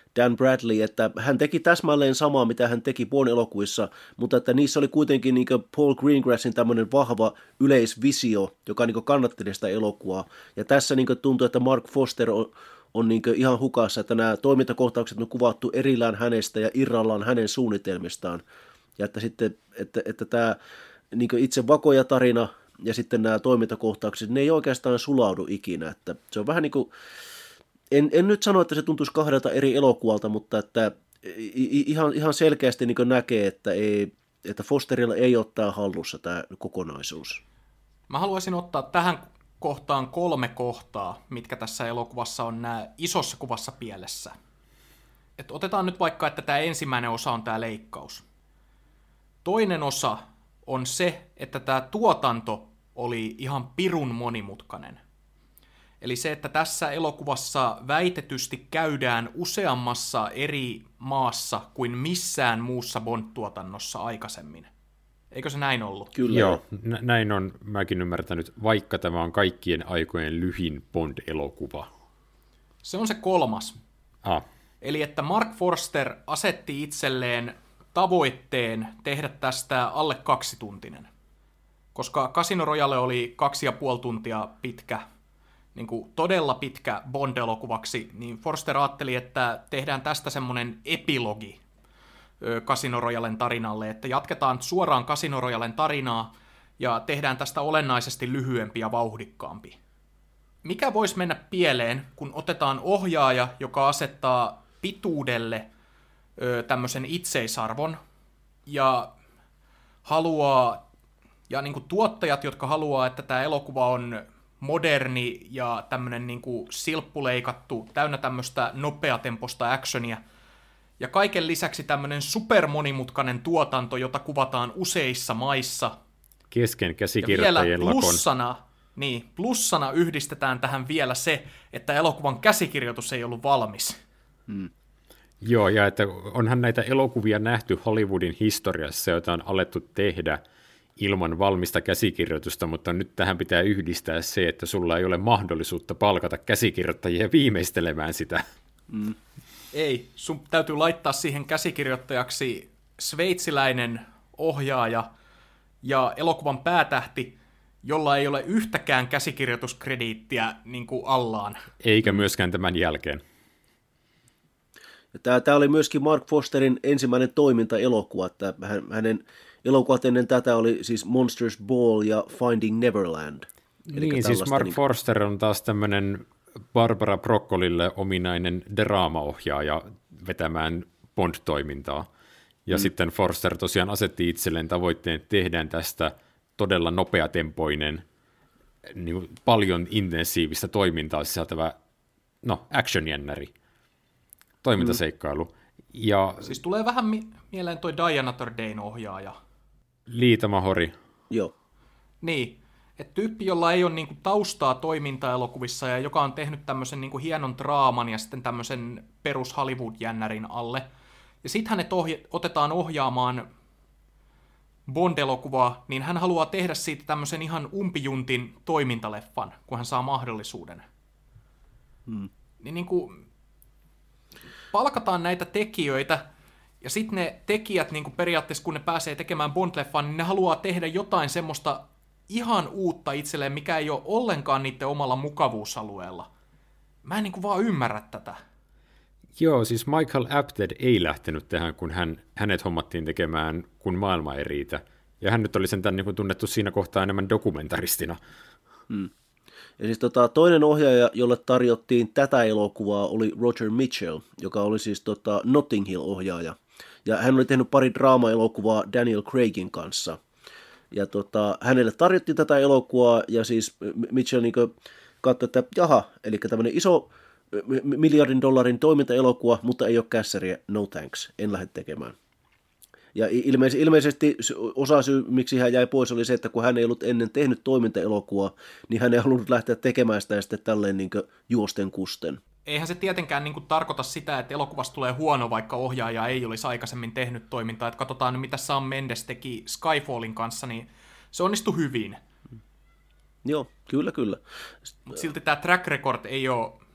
Dan Bradley, että hän teki täsmälleen samaa, mitä hän teki Bourne-elokuvissa, mutta että niissä oli kuitenkin niin Paul Greengrassin tämmöinen vahva yleisvisio, joka niin kannatteli sitä elokuvaa. Ja tässä niin tuntuu, että Mark Foster on, on niin ihan hukassa, että nämä toimintakohtaukset on kuvattu erillään hänestä ja irrallaan hänen suunnitelmistaan. Ja että sitten, että, että tämä niin itse vakoja tarina ja sitten nämä toimintakohtaukset, ne ei oikeastaan sulaudu ikinä. Että se on vähän niin kuin, en, en nyt sano, että se tuntuisi kahdelta eri elokuvalta, mutta että ihan, ihan selkeästi niin näkee, että, ei, että Fosterilla ei ole tämä hallussa tämä kokonaisuus. Mä haluaisin ottaa tähän kohtaan kolme kohtaa, mitkä tässä elokuvassa on nämä isossa kuvassa pielessä. Et otetaan nyt vaikka, että tämä ensimmäinen osa on tämä leikkaus. Toinen osa on se, että tämä tuotanto oli ihan pirun monimutkainen. Eli se, että tässä elokuvassa väitetysti käydään useammassa eri maassa kuin missään muussa Bond-tuotannossa aikaisemmin. Eikö se näin ollut? Kyllä. Joo, nä- näin on mäkin ymmärtänyt, vaikka tämä on kaikkien aikojen lyhin Bond-elokuva. Se on se kolmas. Ah. Eli että Mark Forster asetti itselleen tavoitteen tehdä tästä alle kaksituntinen. Koska Casino Royale oli kaksi ja puoli tuntia pitkä, niin kuin todella pitkä Bond-elokuvaksi, niin Forster ajatteli, että tehdään tästä semmoinen epilogi Casino Royalen tarinalle, että jatketaan suoraan Casino Royalen tarinaa ja tehdään tästä olennaisesti lyhyempi ja vauhdikkaampi. Mikä voisi mennä pieleen, kun otetaan ohjaaja, joka asettaa pituudelle ö, tämmöisen itseisarvon ja haluaa, ja niin kuin tuottajat, jotka haluaa, että tämä elokuva on moderni ja tämmöinen niin kuin silppuleikattu, täynnä tämmöistä nopeatempoista actionia, ja kaiken lisäksi tämmöinen supermonimutkainen tuotanto, jota kuvataan useissa maissa. Kesken Ja käsikirjoittajien vielä lakon. plussana, niin, plussana yhdistetään tähän vielä se, että elokuvan käsikirjoitus ei ollut valmis. Hmm. Joo, ja että onhan näitä elokuvia nähty Hollywoodin historiassa, joita on alettu tehdä ilman valmista käsikirjoitusta, mutta nyt tähän pitää yhdistää se, että sulla ei ole mahdollisuutta palkata käsikirjoittajia viimeistelemään sitä. Hmm. Ei, sun täytyy laittaa siihen käsikirjoittajaksi sveitsiläinen ohjaaja ja elokuvan päätähti, jolla ei ole yhtäkään käsikirjoituskrediittiä niin kuin allaan. Eikä myöskään tämän jälkeen. Tämä, tämä oli myöskin Mark Fosterin ensimmäinen toimintaelokuva, että hän, hänen elokuvat ennen tätä oli siis Monsters Ball ja Finding Neverland. Niin, siis Mark niin... Forster on taas tämmöinen Barbara Broccolille ominainen draamaohjaaja vetämään Bond-toimintaa. Ja mm. sitten Forster tosiaan asetti itselleen tavoitteen, että tehdään tästä todella nopeatempoinen, niin paljon intensiivistä toimintaa sisältävä, no, action-jännäri, toimintaseikkailu. Mm. Ja siis tulee vähän mi- mieleen toi Diana Tordayn ohjaaja. Liita Mahori. Joo. Niin, että tyyppi, jolla ei ole niinku taustaa toimintaelokuvissa ja joka on tehnyt tämmöisen niinku hienon draaman ja sitten tämmöisen perus Hollywood-jännärin alle. Ja sitten hänet ohje- otetaan ohjaamaan Bond-elokuvaa, niin hän haluaa tehdä siitä tämmöisen ihan umpijuntin toimintaleffan, kun hän saa mahdollisuuden. Hmm. Niin niinku palkataan näitä tekijöitä, ja sitten ne tekijät niinku periaatteessa, kun ne pääsee tekemään Bond-leffan, niin ne haluaa tehdä jotain semmoista ihan uutta itselleen, mikä ei ole ollenkaan niiden omalla mukavuusalueella. Mä en niinku vaan ymmärrä tätä. Joo, siis Michael Apted ei lähtenyt tähän, kun hän, hänet hommattiin tekemään Kun maailma ei riitä. Ja hän nyt oli sentään niin kuin tunnettu siinä kohtaa enemmän dokumentaristina. Hmm. Ja siis tota, toinen ohjaaja, jolle tarjottiin tätä elokuvaa, oli Roger Mitchell, joka oli siis tota, Notting Hill-ohjaaja. Ja hän oli tehnyt pari draama-elokuvaa Daniel Craigin kanssa. Ja tota, hänelle tarjottiin tätä elokuvaa, ja siis Mitchell niin katsoi, että jaha, eli tämmöinen iso miljardin dollarin toimintaelokuva, mutta ei ole kässäriä, no thanks, en lähde tekemään. Ja ilmeisesti, ilmeisesti osa syy, miksi hän jäi pois, oli se, että kun hän ei ollut ennen tehnyt toimintaelokuvaa, niin hän ei halunnut lähteä tekemään sitä sitten tälleen niin juosten kusten. Eihän se tietenkään niin kuin tarkoita sitä, että elokuvasta tulee huono, vaikka ohjaaja ei olisi aikaisemmin tehnyt toimintaa. Että katsotaan nyt, mitä Sam Mendes teki Skyfallin kanssa, niin se onnistui hyvin. Joo, kyllä, kyllä. Mutta silti tämä track record ei ole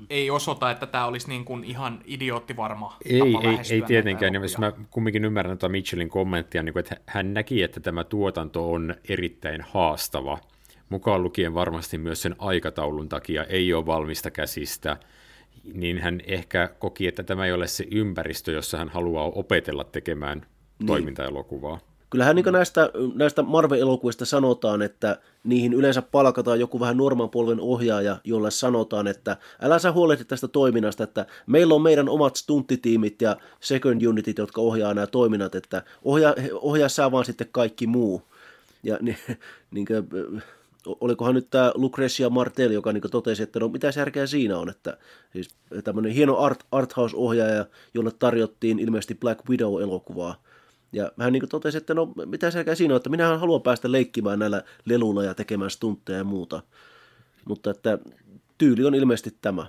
ei osoita, että tämä olisi niin kuin ihan idioottivarma ei, tapa ei, lähestyä ei tietenkään, ja näitä mä kumminkin ymmärrän tuota Mitchellin kommenttia, niin kuin, että hän näki, että tämä tuotanto on erittäin haastava, mukaan lukien varmasti myös sen aikataulun takia ei ole valmista käsistä, niin hän ehkä koki, että tämä ei ole se ympäristö, jossa hän haluaa opetella tekemään niin. toimintaelokuvaa. Kyllähän niin näistä, näistä Marvel-elokuvista sanotaan, että niihin yleensä palkataan joku vähän nuorman polven ohjaaja, jolle sanotaan, että älä sä huolehdi tästä toiminnasta, että meillä on meidän omat stunttitiimit ja second unitit, jotka ohjaa nämä toiminnat, että ohjaa, ohjaa sä vaan sitten kaikki muu. Ja niin, niin kuin, olikohan nyt tämä Lucrecia Martel, joka niin totesi, että no mitä järkeä siinä on, että siis tämmöinen hieno art, arthouse-ohjaaja, jolle tarjottiin ilmeisesti Black Widow-elokuvaa. Ja hän niin totesi, että no mitä järkeä siinä on, että minähän haluan päästä leikkimään näillä leluilla ja tekemään stuntteja ja muuta. Mutta että tyyli on ilmeisesti tämä.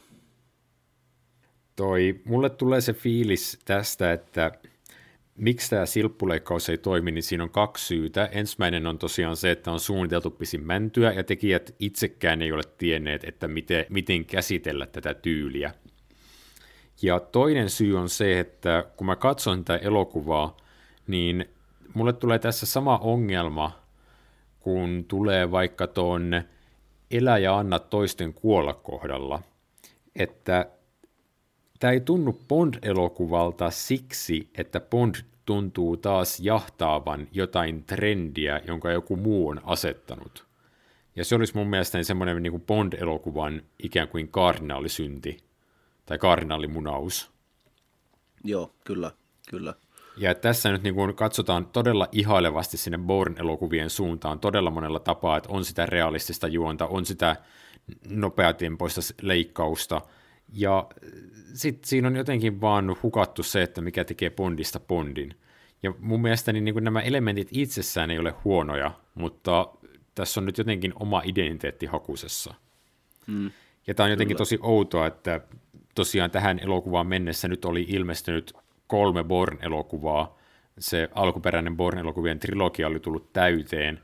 Toi, mulle tulee se fiilis tästä, että miksi tämä silppuleikkaus ei toimi, niin siinä on kaksi syytä. Ensimmäinen on tosiaan se, että on suunniteltu pisin mäntyä, ja tekijät itsekään ei ole tienneet, että miten, miten käsitellä tätä tyyliä. Ja toinen syy on se, että kun mä katson tätä elokuvaa, niin mulle tulee tässä sama ongelma, kun tulee vaikka tuon elä ja anna toisten kuolla kohdalla, että tämä ei tunnu Bond-elokuvalta siksi, että Bond tuntuu taas jahtaavan jotain trendiä, jonka joku muu on asettanut. Ja se olisi mun mielestäni semmoinen niin kuin Bond-elokuvan ikään kuin kardinaalisynti, tai kardinaalimunaus. Joo, kyllä, kyllä. Ja tässä nyt niin kuin katsotaan todella ihailevasti sinne Bourne-elokuvien suuntaan todella monella tapaa, että on sitä realistista juonta, on sitä nopeatempoista leikkausta, ja sitten siinä on jotenkin vaan hukattu se, että mikä tekee Bondista Bondin. Ja mun mielestäni niin kuin nämä elementit itsessään ei ole huonoja, mutta tässä on nyt jotenkin oma identiteetti hakusessa. Mm, ja tämä on jotenkin kyllä. tosi outoa, että tosiaan tähän elokuvaan mennessä nyt oli ilmestynyt kolme Bourne-elokuvaa. Se alkuperäinen Bourne-elokuvien trilogia oli tullut täyteen.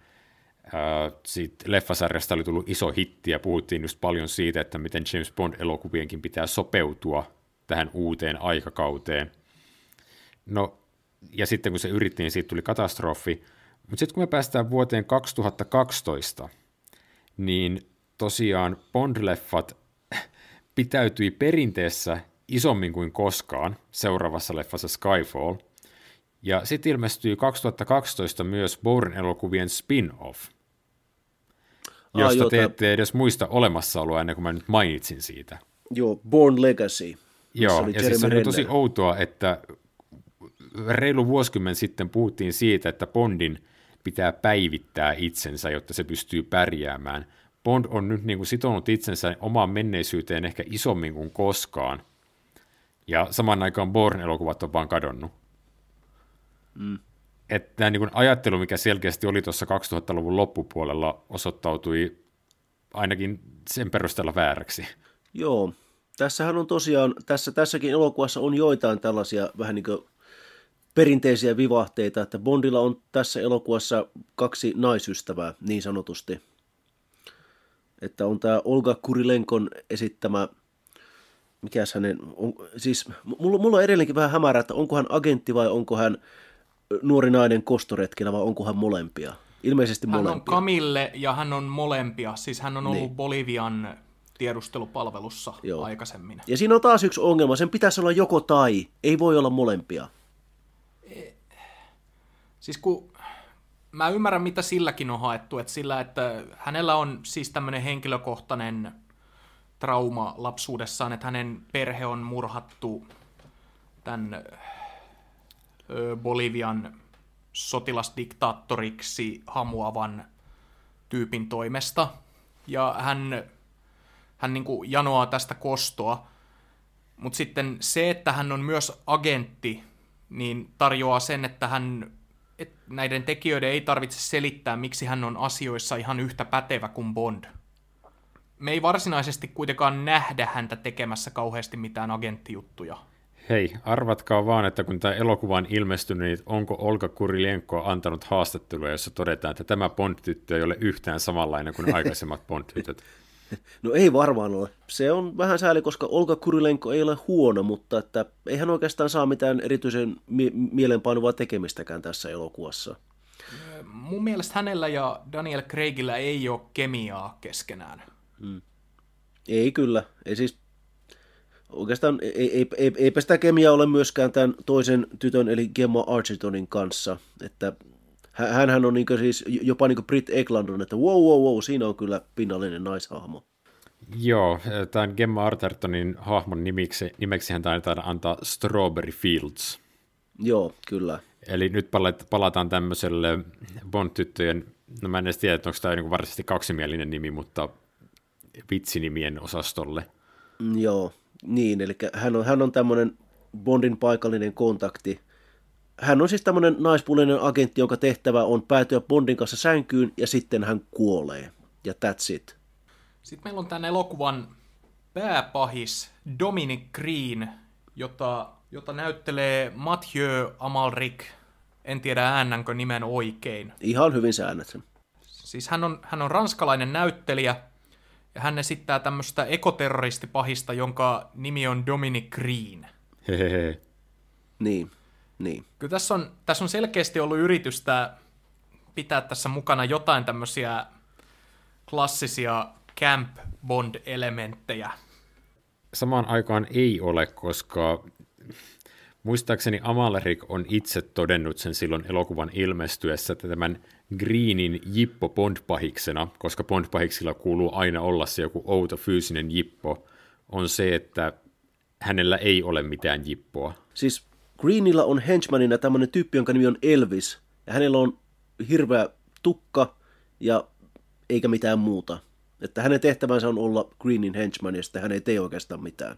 Sitten leffasarjasta oli tullut iso hitti ja puhuttiin just paljon siitä, että miten James Bond-elokuvienkin pitää sopeutua tähän uuteen aikakauteen. No, ja sitten kun se yritti, niin siitä tuli katastrofi. Mutta sitten kun me päästään vuoteen kaksituhattakaksitoista, niin tosiaan Bond-leffat pitäytyi perinteessä isommin kuin koskaan seuraavassa leffassa Skyfall. Ja sitten ilmestyy kaksituhattakaksitoista myös Bourne-elokuvien spin-off, josta ah, joo, te ette edes muista olemassaoloa ennen kuin mä nyt mainitsin siitä. Joo, Bourne Legacy. Joo, ja siis on tosi outoa, että reilu vuosikymmen sitten puhuttiin siitä, että Bondin pitää päivittää itsensä, jotta se pystyy pärjäämään. Bond on nyt niin kuin sitonut itsensä omaan menneisyyteen ehkä isommin kuin koskaan. Ja samaan aikaan Bourne-elokuvat on vaan kadonnut. Mm. Että tämä niin kuin ajattelu, mikä selkeästi oli tuossa kaksituhattaluvun loppupuolella, osoittautui ainakin sen perusteella vääräksi. Joo, tässähän on tosiaan, tässä, tässäkin elokuvassa on joitain tällaisia vähän niin kuin perinteisiä vivahteita, että Bondilla on tässä elokuvassa kaksi naisystävää, niin sanotusti. Että on tämä Olga Kurilenkon esittämä, mikäs hänen, on, siis mulla, mulla on edelleenkin vähän hämärä, että onko hän agentti vai onko hän nuori nainen kostoretkellä vai onko hän molempia? Ilmeisesti hän molempia. Hän on Camille ja hän on molempia, siis hän on ollut niin. Bolivian tiedustelupalvelussa Joo. aikaisemmin. Ja siinä on taas yksi ongelma, sen pitäisi olla joko tai, ei voi olla molempia. E- siis kun mä ymmärrän, mitä silläkin on haettu, että sillä, että hänellä on siis tämmöinen henkilökohtainen trauma lapsuudessaan, että hänen perhe on murhattu tämän Bolivian sotilasdiktaattoriksi hamuavan tyypin toimesta. Ja hän, hän niin kuin janoaa tästä kostoa. Mutta sitten se, että hän on myös agentti, niin tarjoaa sen, että hän, et näiden tekijöiden ei tarvitse selittää, miksi hän on asioissa ihan yhtä pätevä kuin Bond. Me ei varsinaisesti kuitenkaan nähdä häntä tekemässä kauheasti mitään agenttijuttuja. Hei, arvatkaa vaan, että kun tämä elokuva on ilmestynyt, niin onko Olga Kurilenko antanut haastattelua, jossa todetaan, että tämä Bond-tyttö ei ole yhtään samanlainen kuin aikaisemmat Bond-tytöt. No ei varmaan ole. Se on vähän sääli, koska Olga Kurilenko ei ole huono, mutta että ei hän oikeastaan saa mitään erityisen mie- mielenpainuvaa tekemistäkään tässä elokuvassa. Mun mielestä hänellä ja Daniel Craigillä ei ole kemiaa keskenään. Hmm. Ei kyllä. Ei siis oikeastaan ei, ei, ei, eipä sitä kemiaa ole myöskään tämän toisen tytön, eli Gemma Artertonin kanssa. Että hänhän on niin siis jopa niin kuin Britt Ekland on, että wow, wow, wow, siinä on kyllä pinnallinen naishahmo. Joo, tämän Gemma Artertonin hahmon nimiksi, nimeksi hän taitaa antaa Strawberry Fields. Joo, kyllä. Eli nyt palataan tämmöiselle Bond-tyttöjen, no mä en edes tiedä, että onko tämä niin varsinaisesti kaksimielinen nimi, mutta vitsinimien osastolle. Joo, niin, eli hän on, hän on tämmöinen Bondin paikallinen kontakti. Hän on siis tämmöinen naispuolinen agentti, jonka tehtävä on päätyä Bondin kanssa sänkyyn, ja sitten hän kuolee. Ja that's it. Sitten meillä on tämän elokuvan pääpahis Dominic Green, jota, jota näyttelee Mathieu Amalric. En tiedä äännänkö nimen oikein. Ihan hyvin säännät sen. Siis hän on, hän on ranskalainen näyttelijä, ja hän esittää tämmöistä ekoterroristipahista, jonka nimi on Dominic Green. Hehehe. Niin, niin. Kyllä tässä on, tässä on selkeästi ollut yritystä pitää tässä mukana jotain tämmöisiä klassisia Camp Bond-elementtejä. Samaan aikaan ei ole, koska muistaakseni Amalric on itse todennut sen silloin elokuvan ilmestyessä, että tämän Greenin jippo Bond-pahiksena, koska Bond-pahiksilla kuuluu aina olla se joku outo fyysinen jippo, on se, että hänellä ei ole mitään jippoa. Siis Greenillä on henchmanina tämmöinen tyyppi, jonka nimi on Elvis, ja hänellä on hirveä tukka ja eikä mitään muuta. Että hänen tehtävänsä on olla Greenin henchman, ja sitten hän ei tee oikeastaan mitään.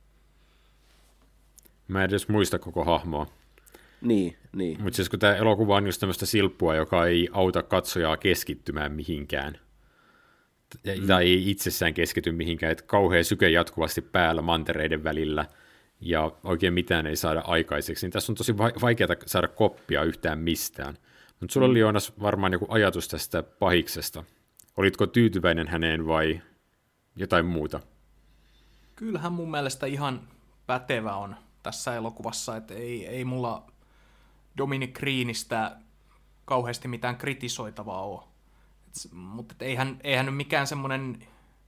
Mä en edes muista koko hahmoa. Niin, niin. Mutta siis kun tämä elokuva on just tämmöistä silppua, joka ei auta katsojaa keskittymään mihinkään, mm. tai ei itsessään keskity mihinkään, että kauhea syke jatkuvasti päällä mantereiden välillä, ja oikein mitään ei saada aikaiseksi, niin tässä on tosi vaikeaa saada koppia yhtään mistään. Mutta sulla mm. oli, Joonas, varmaan joku ajatus tästä pahiksesta. Olitko tyytyväinen häneen vai jotain muuta? Kyllähän mun mielestä ihan pätevä on tässä elokuvassa, että ei, ei mulla Dominic Greenistä kauheasti mitään kritisoitavaa ole. Et, mutta et eihän, eihän nyt mikään semmoinen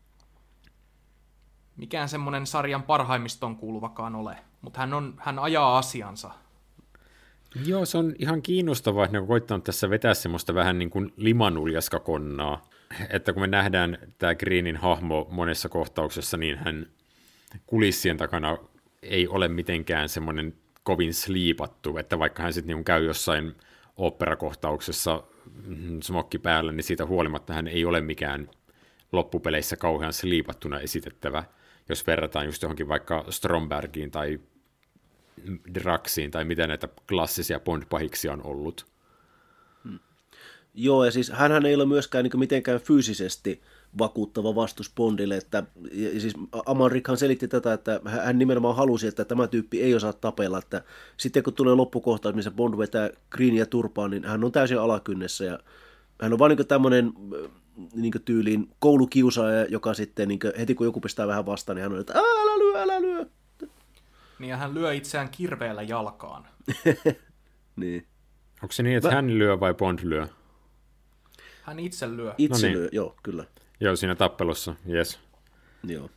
mikään semmoinen sarjan parhaimmistoon kuuluvakaan ole, mutta hän, on, hän ajaa asiansa. Joo, se on ihan kiinnostavaa, että ne on koittanut tässä vetää semmoista vähän niin kuin limanuljaskakonnaa, että kun me nähdään tämä Greenin hahmo monessa kohtauksessa, niin hän kulissien takana ei ole mitenkään semmoinen kovin sliipattu, että vaikka hän sitten niin käy jossain oopperakohtauksessa smokki päällä, niin siitä huolimatta hän ei ole mikään loppupeleissä kauhean sliipattuna esitettävä, jos verrataan just johonkin vaikka Strombergiin tai Draxiin tai mitä näitä klassisia Bond-pahiksia on ollut. Hmm. Joo, ja siis hänhän ei ole myöskään niin mitenkään fyysisesti vakuuttava vastus Bondille, että ja siis Amalrichan selitti tätä, että hän nimenomaan halusi, että tämä tyyppi ei osaa tapella, että sitten kun tulee loppukohtaus, missä Bond vetää Greenia turpaan, niin hän on täysin alakynnessä, ja hän on vaan niin tämmöinen niin tyyliin koulukiusaaja, joka sitten niin heti kun joku pistää vähän vastaan, niin hän on, että älä lyö, älä lyö. Niin ja hän lyö itseään kirveellä jalkaan. Niin. Onko se niin, että Mä... hän lyö vai Bond lyö? Hän itse lyö. Itse no niin. lyö, joo, kyllä. Joo, siinä tappelussa, jes. Joo.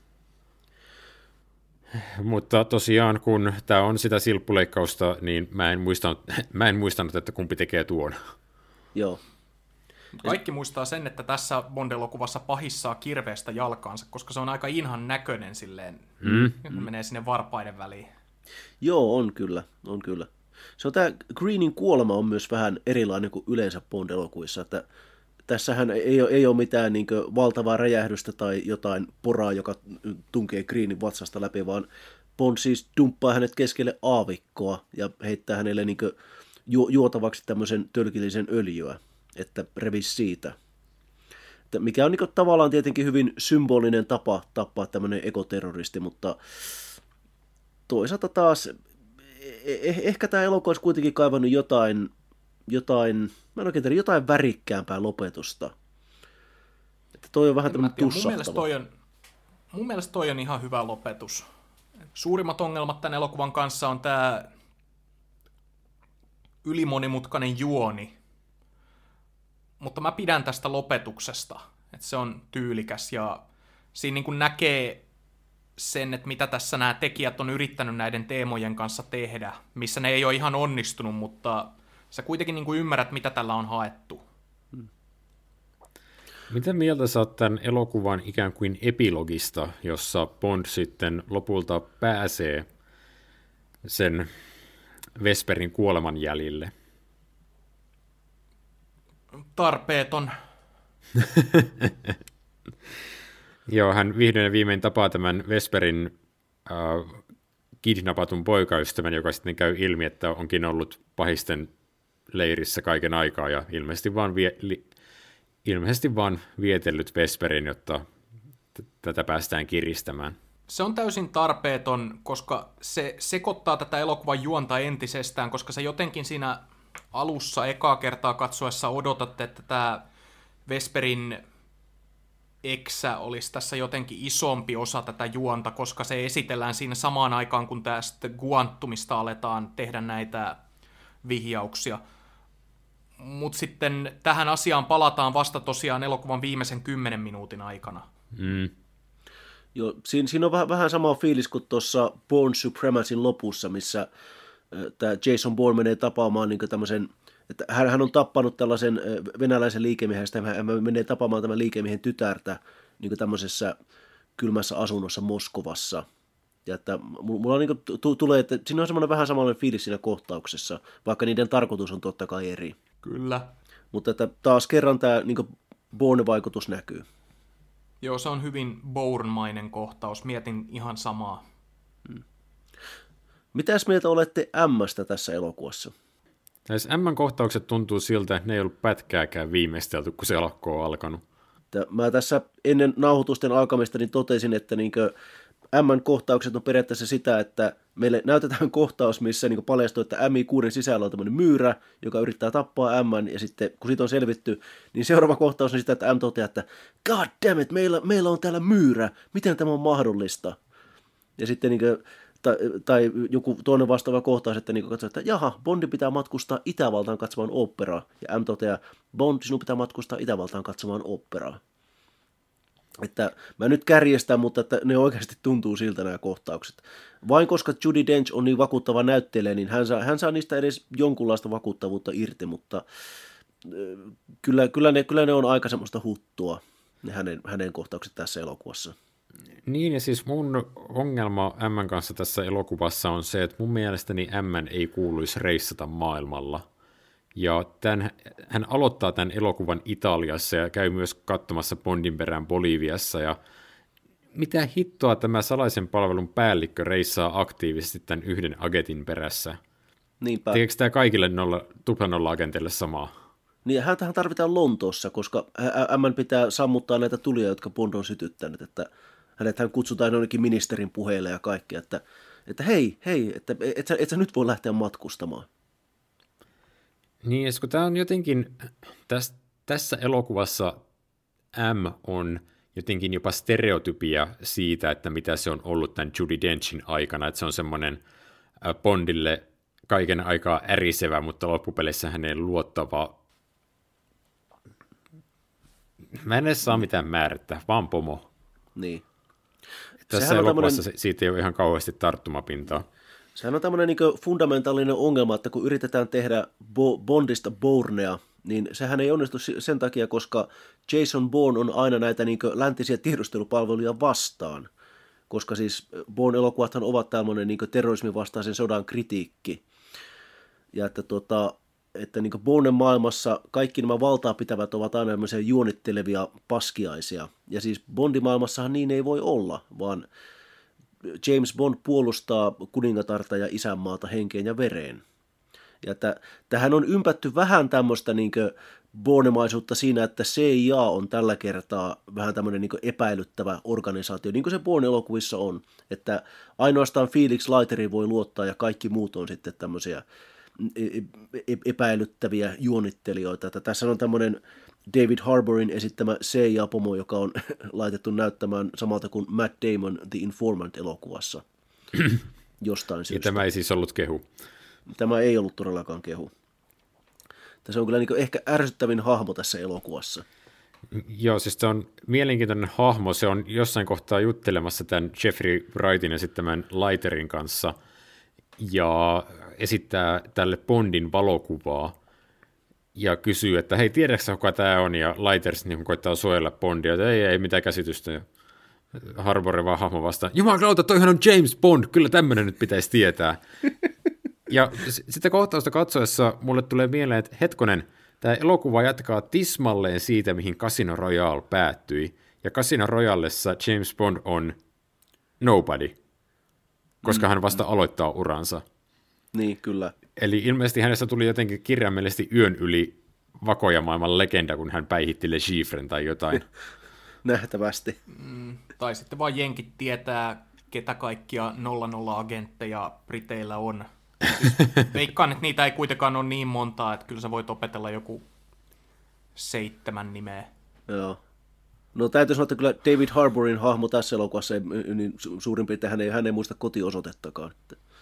Mutta tosiaan, kun tämä on sitä silppuleikkausta, niin mä en muistanut, mä en muistanut että kumpi tekee tuon. Joo. Kaikki muistaa sen, että tässä Bond-elokuvassa pahissaa kirveestä jalkaansa, koska se on aika inhan näköinen silleen, mm. kun menee sinne varpaiden väliin. Joo, on kyllä, on kyllä. Se on tämä Greenin kuolema on myös vähän erilainen kuin yleensä Bond-elokuvissa, että tässähän ei ole, ei ole mitään niin kuin valtavaa räjähdystä tai jotain poraa, joka tunkee Greenin vatsasta läpi, vaan Bond siis dumppaa hänet keskelle aavikkoa ja heittää hänelle niin kuin ju- juotavaksi tämmöisen tölkillisen öljyä, että revisi siitä. Mikä on niin kuin tavallaan tietenkin hyvin symbolinen tapa tappaa tämmöinen ekoterroristi, mutta toisaalta taas eh- ehkä tämä elokuva olisi kuitenkin kaivannut jotain, jotain, mä en oikein tiedä, jotain värikkäämpää lopetusta. Että toi on vähän En mä tämmöinen tiedä, mun mielestä, tussahtava. toi on, mun mielestä toi on ihan hyvä lopetus. Suurimmat ongelmat tämän elokuvan kanssa on tämä ylimonimutkainen juoni. Mutta mä pidän tästä lopetuksesta, että se on tyylikäs ja siinä niin kuin näkee sen, että mitä tässä nämä tekijät on yrittänyt näiden teemojen kanssa tehdä, missä ne ei ole ihan onnistunut, mutta sä kuitenkin niin kuin ymmärrät, mitä tällä on haettu. Mitä mieltä sä oot tämän elokuvan ikään kuin epilogista, jossa Bond sitten lopulta pääsee sen Vesperin kuoleman jäljille? Tarpeeton. Joo, hän vihdoin ja viimein tapaa tämän Vesperin äh, kidnappatun poikaystävän, joka sitten käy ilmi, että onkin ollut pahisten leirissä kaiken aikaa ja ilmeisesti vaan, vie, li, ilmeisesti vaan vietellyt Vesperin, jotta t- tätä päästään kiristämään. Se on täysin tarpeeton, koska se sekoittaa tätä elokuvan juonta entisestään, koska se jotenkin siinä alussa ekaa kertaa katsoessa odotatte, että tämä Vesperin eksä olisi tässä jotenkin isompi osa tätä juonta, koska se esitellään siinä samaan aikaan, kun tästä Guantumista aletaan tehdä näitä vihjauksia. Mutta sitten tähän asiaan palataan vasta tosiaan elokuvan viimeisen kymmenen minuutin aikana. Mm. Joo, siinä, siinä on vähän, vähän sama fiilis kuin tuossa Bourne Supremacyn lopussa, missä tämä Jason Bourne menee tapaamaan niin tämmöisen, että hän, hän on tappanut tällaisen venäläisen liikemiehen, ja hän menee tapaamaan tämän liikemiehen tytärtä niin tämmöisessä kylmässä asunnossa Moskovassa. Ja että mulla on niin kuin, t- tulee, että siinä on semmoinen vähän samanlainen fiilis siinä kohtauksessa, vaikka niiden tarkoitus on totta kai eri. Kyllä. Mutta että taas kerran tämä niin Bourne-vaikutus näkyy. Joo, se on hyvin Bourne-mainen kohtaus. Mietin ihan samaa. Hmm. Mitäs mieltä olette M:stä tässä elokuvassa? Näissä M-kohtaukset tuntuu siltä, että ne ei ollut pätkääkään viimeistelty, kun se alkoi on alkanut. Mä tässä ennen nauhoitusten alkamista niin totesin, että niinkö M-kohtaukset on periaatteessa sitä, että meille näytetään kohtaus, missä niin paljastuu, että M I kuusi sisällä on tämmöinen myyrä, joka yrittää tappaa M, ja sitten kun siitä on selvitty, niin seuraava kohtaus on sitä, että M toteaa, että God damn it, meillä, meillä on täällä myyrä, miten tämä on mahdollista? Ja sitten niin kuin, tai, tai joku toinen vastaava kohtaus, että niin katsoo, että jaha, Bondi pitää matkustaa Itävaltaan katsomaan oopperaa, ja M toteaa, Bond, sinun pitää matkustaa Itävaltaan katsomaan oopperaa. Että mä nyt kärjestän, mutta että ne oikeasti tuntuu siltä nämä kohtaukset. Vain koska Judi Dench on niin vakuuttava näyttelijä, niin hän saa, hän saa niistä edes jonkunlaista vakuuttavuutta irti, mutta kyllä, kyllä, ne, kyllä ne on aika semmoista huttua, ne hänen, hänen kohtaukset tässä elokuvassa. Niin, ja siis mun ongelma M:n kanssa tässä elokuvassa on se, että mun mielestäni M:n ei kuuluisi reissata maailmalla. Ja tämän, hän aloittaa tämän elokuvan Italiassa ja käy myös katsomassa Bondin perään Boliviassa. Ja mitä hittoa tämä salaisen palvelun päällikkö reissaa aktiivisesti tämän yhden agentin perässä? Niinpä. Tekeekö tämä kaikille nolla, tuplanolla-agentille samaa? Niin, häntähän tarvitaan Lontoossa, koska M pitää sammuttaa näitä tulia, jotka Bond on sytyttänyt. Että hänethän kutsutaan jonnekin ministerin puheille ja kaikkea, että, että hei, hei, että et sä, et sä nyt voi lähteä matkustamaan. Niin, kun tämä on jotenkin, täs, tässä elokuvassa M on jotenkin jopa stereotypia siitä, että mitä se on ollut tämän Judi Denchin aikana, että se on semmoinen Bondille kaiken aikaa ärisevä, mutta loppupeleissä häneen luottava. Mä en edes saa mitään määrittää, vaan pomo. Niin. Tässä Sehän elokuvassa tämmönen... siitä ei ole ihan kauheasti tarttumapintaa. Sehän on tämmöinen niin fundamentaalinen ongelma, että kun yritetään tehdä Bo- Bondista Bournea, niin sehän ei onnistu sen takia, koska Jason Bourne on aina näitä niin läntisiä tiedustelupalveluja vastaan. Koska siis Bourne-elokuvathan ovat tämmöinen niin terrorismin vastaisen sodan kritiikki. Ja että, tota, että niin Bournen maailmassa kaikki nämä valtaa pitävät ovat aina tämmöisiä juonittelevia paskiaisia. Ja siis Bondimaailmassahan niin ei voi olla, vaan James Bond puolustaa kuningatarta ja isänmaata henkeen ja vereen. Ja että, tähän on ympätty vähän tämmöistä niin Bournemaisuutta siinä, että C I A on tällä kertaa vähän tämmöinen niin epäilyttävä organisaatio, niin kuin se Bourne-elokuvissa on. Että ainoastaan Felix Leiterille voi luottaa ja kaikki muut on sitten tämmöisiä epäilyttäviä juonittelijoita. Että tässä on tämmöinen David Harbourin esittämä C I A-pomo, joka on laitettu näyttämään samalta kuin Matt Damon The Informant-elokuvassa jostain syystä. Ja tämä ei siis ollut kehu. Tämä ei ollut todellakaan kehu. Tässä on kyllä niin ehkä ärsyttävin hahmo tässä elokuvassa. Joo, siis se on mielenkiintoinen hahmo. Se on jossain kohtaa juttelemassa tämän Jeffrey Wrightin esittämän Leiterin kanssa ja esittää tälle Bondin valokuvaa ja kysyy, että hei, tiedätkö kuka tämä on? Ja Leiters niin koittaa suojella Bondia, että ei, ei mitään käsitystä. Ja Harbour vaan hahmo vastaan, jumalauta, toihan on James Bond, kyllä tämmöinen nyt pitäisi tietää. Ja s- sitten kohtausta katsoessa mulle tulee mieleen, että hetkonen, tämä elokuva jatkaa tismalleen siitä, mihin Casino Royale päättyi. Ja Casino Royalessa James Bond on nobody, koska mm. hän vasta aloittaa uransa. Niin, kyllä. Eli ilmeisesti hänestä tuli jotenkin kirjaimellisesti yön yli vakojamaailman legenda, kun hän päihitti Le Chiffren tai jotain. Nähtävästi. Mm, tai sitten vaan jenkit tietää, ketä kaikkia nolla nolla agentteja Briteillä on. Siis veikkaan, että niitä ei kuitenkaan ole niin montaa, että kyllä sä voit opetella joku seitsemän nimeä. Joo. No täytyy sanoa, että kyllä David Harbourin hahmo tässä elokuvassa, ei, niin suurin piirtein hän ei, hän ei muista kotiosoitettakaan.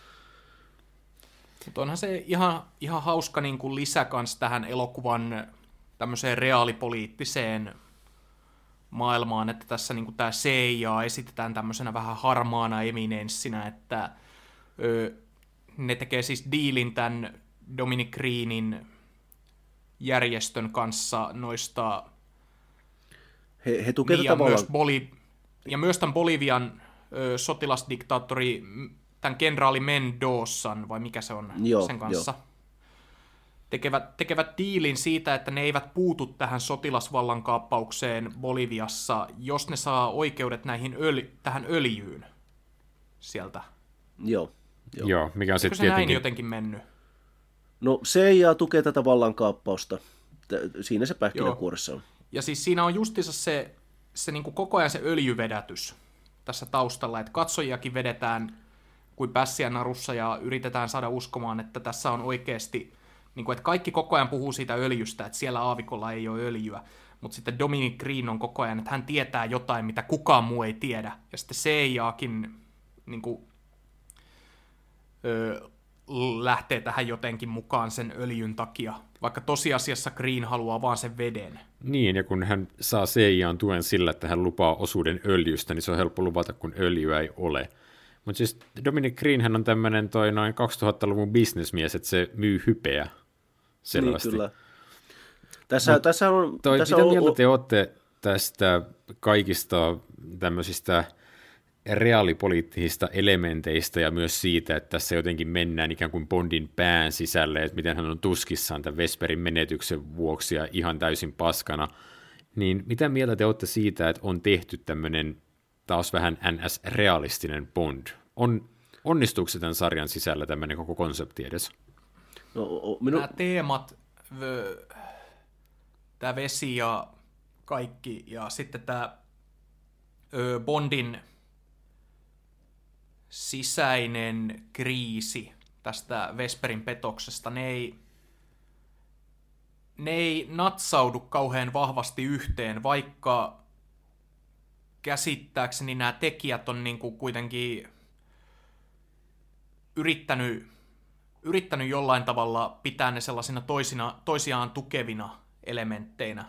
Mutta onhan se ihan, ihan hauska niin kuin lisä kans tähän elokuvan tämmöiseen reaalipoliittiseen maailmaan, että tässä niin kuin tämä C I A esitetään tämmöisenä vähän harmaana eminenssinä, että ö, ne tekee siis diilin tämän Dominic Greenin järjestön kanssa noista He, he tukevat niin, ja, tavallaan... myös Boli- ja myös tämän Bolivian ö, sotilasdiktaattori, tämän kenraali Mendosan, vai mikä se on Joo, sen kanssa, jo. tekevät, tekevät diilin siitä, että ne eivät puutu tähän sotilasvallankaappaukseen Boliviassa, jos ne saa oikeudet näihin öl- tähän öljyyn sieltä. Joo. Joo, Joo mikä on sitten se tietenkin... näin jotenkin mennyt? No C I A tukee tätä vallankaappausta. Siinä se pähkinänkuoressa on. Ja siis siinä on justiinsa se, se niin kuin koko ajan se öljyvedätys tässä taustalla, että katsojiakin vedetään kuin pässiä narussa ja yritetään saada uskomaan, että tässä on oikeasti, niin kuin, että kaikki koko ajan puhuu siitä öljystä, että siellä aavikolla ei ole öljyä, mutta sitten Dominic Green on koko ajan, että hän tietää jotain, mitä kukaan muu ei tiedä, ja sitten C I Akin niin kuin, öö, lähtee tähän jotenkin mukaan sen öljyn takia, vaikka tosiasiassa Green haluaa vaan sen veden. Niin, ja kun hän saa C I A:n tuen sillä, että hän lupaa osuuden öljystä, niin se on helppo luvata, kun öljyä ei ole. Mutta siis Dominic Green hän on tämmöinen toi noin kaksituhattaluvun bisnesmies, että se myy hypeä selvästi. Niin, kyllä. Tässä, Mut tässä on... Toi, tässä mitä on, mieltä te olette tästä kaikista tämmöisistä reaalipoliittisista elementeistä ja myös siitä, että tässä jotenkin mennään ikään kuin Bondin pään sisälle, että miten hän on tuskissaan tämän Vesperin menetyksen vuoksi ja ihan täysin paskana, niin mitä mieltä te olette siitä, että on tehty tämmöinen taas vähän N S-realistinen Bond? On, onnistuuko se tämän sarjan sisällä tämmöinen koko konsepti edes? No, o, minu... Nämä teemat, tämä vesi ja kaikki, ja sitten tämä ö, Bondin sisäinen kriisi tästä Vesperin petoksesta, ne ei, ne ei natsaudu kauhean vahvasti yhteen, vaikka käsittääkseni nämä tekijät on niin kuin kuitenkin yrittänyt, yrittänyt jollain tavalla pitää ne sellaisina toisina, toisiaan tukevina elementteinä.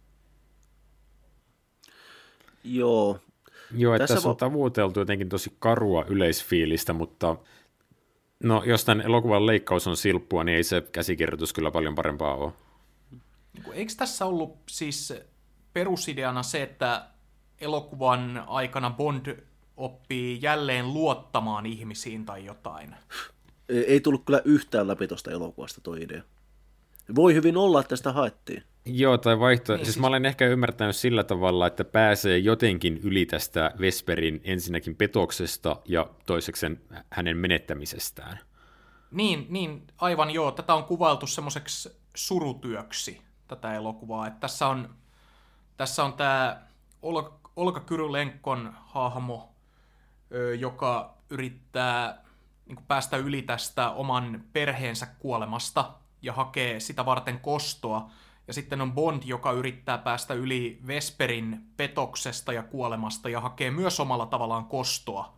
Joo. Joo, että tässä, tässä vo... on tavoiteltu jotenkin tosi karua yleisfiilistä, mutta no, jos tämän elokuvan leikkaus on silppua, niin ei se käsikirjoitus kyllä paljon parempaa ole. Eikö tässä ollut siis perusideana se, että elokuvan aikana Bond oppii jälleen luottamaan ihmisiin tai jotain? Ei tullut kyllä yhtään läpi tuosta elokuvasta tuo idea. Voi hyvin olla, että sitä haettiin. Joo, tai vaihto. Niin, siis, siis mä olen ehkä ymmärtänyt sillä tavalla, että pääsee jotenkin yli tästä Vesperin ensinnäkin petoksesta ja toisekseen hänen menettämisestään. Niin, niin, aivan joo. Tätä on kuvailtu semmoiseksi surutyöksi, tätä elokuvaa. Että tässä on, tässä on tämä Olga, Olga Kurylenkon hahmo, joka yrittää niin kuin päästä yli tästä oman perheensä kuolemasta ja hakee sitä varten kostoa. Ja sitten on Bond, joka yrittää päästä yli Vesperin petoksesta ja kuolemasta ja hakee myös omalla tavallaan kostoa.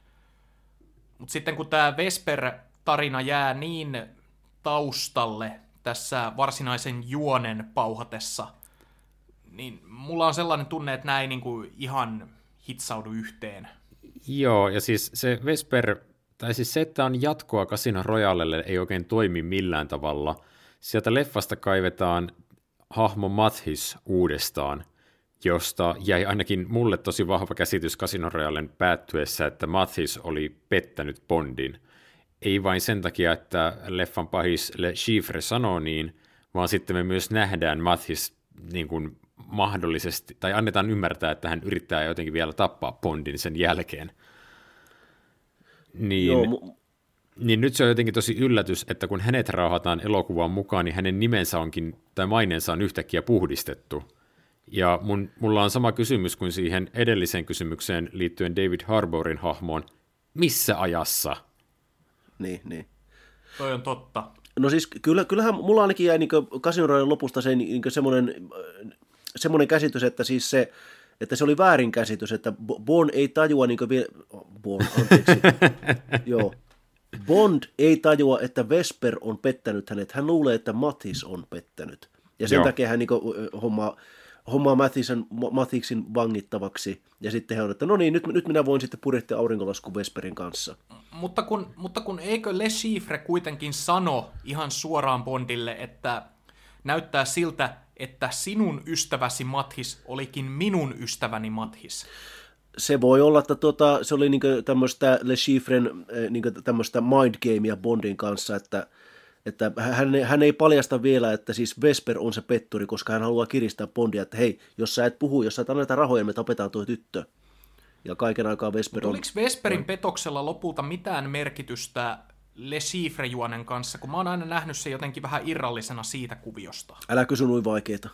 Mutta sitten kun tämä Vesper-tarina jää niin taustalle tässä varsinaisen juonen pauhatessa, niin mulla on sellainen tunne, että nämä ei niinku ihan hitsaudu yhteen. Joo, ja siis se Vesper, tai siis se, että on jatkoa Casino Royalelle, ei oikein toimi millään tavalla. Sieltä leffasta kaivetaan hahmo Mathis uudestaan, josta jäi ainakin mulle tosi vahva käsitys Casino Royalen päättyessä, että Mathis oli pettänyt Bondin. Ei vain sen takia, että leffan pahis Le Chiffre sanoo niin, vaan sitten me myös nähdään Mathis niin kuin mahdollisesti, tai annetaan ymmärtää, että hän yrittää jotenkin vielä tappaa Bondin sen jälkeen. Niin, Joo, mu- niin nyt se on jotenkin tosi yllätys, että kun hänet rauhataan elokuvaan mukaan, niin hänen nimensä onkin, tai maineensa on yhtäkkiä puhdistettu. Ja mun, mulla on sama kysymys kuin siihen edelliseen kysymykseen liittyen David Harbourin hahmoon. Missä ajassa? Niin, niin. Toi on totta. No siis kyllä, kyllähän mulla ainakin jäi niin Casino Royalen lopusta se, niin semmoinen, semmoinen käsitys, että siis se, että se oli väärinkäsitys, että Bond ei tajua, niin kuin vielä, Bond, anteeksi, joo, Bond ei tajua, että Vesper on pettänyt hänet, hän luulee, että Mathis on pettänyt, ja sen Joo. takia hän niin kuin, hommaa, hommaa Mathisen, Mathiksin vangittavaksi, ja sitten hän on, että no niin, nyt, nyt minä voin sitten purjehtia aurinkolaskun Vesperin kanssa. Mutta kun, mutta kun eikö Le Chiffre kuitenkin sano ihan suoraan Bondille, että näyttää siltä, että sinun ystäväsi Mathis olikin minun ystäväni Mathis. Se voi olla, että tuota, se oli niinku tämmöistä Le Chiffren niinku tämmöistä mind gamea Bondin kanssa, että, että hän, hän ei paljasta vielä, että siis Vesper on se petturi, koska hän haluaa kiristää Bondia, että hei, jos sä et puhu, jos sä et anneta rahoja, me tapetaan tuo tyttö. Ja kaiken aikaa Vesper on... Oliko Vesperin petoksella lopulta mitään merkitystä Le Chiffre-juonen kanssa, kun mä oon aina nähnyt sen jotenkin vähän irrallisena siitä kuviosta. Älä kysy noin vaikeita.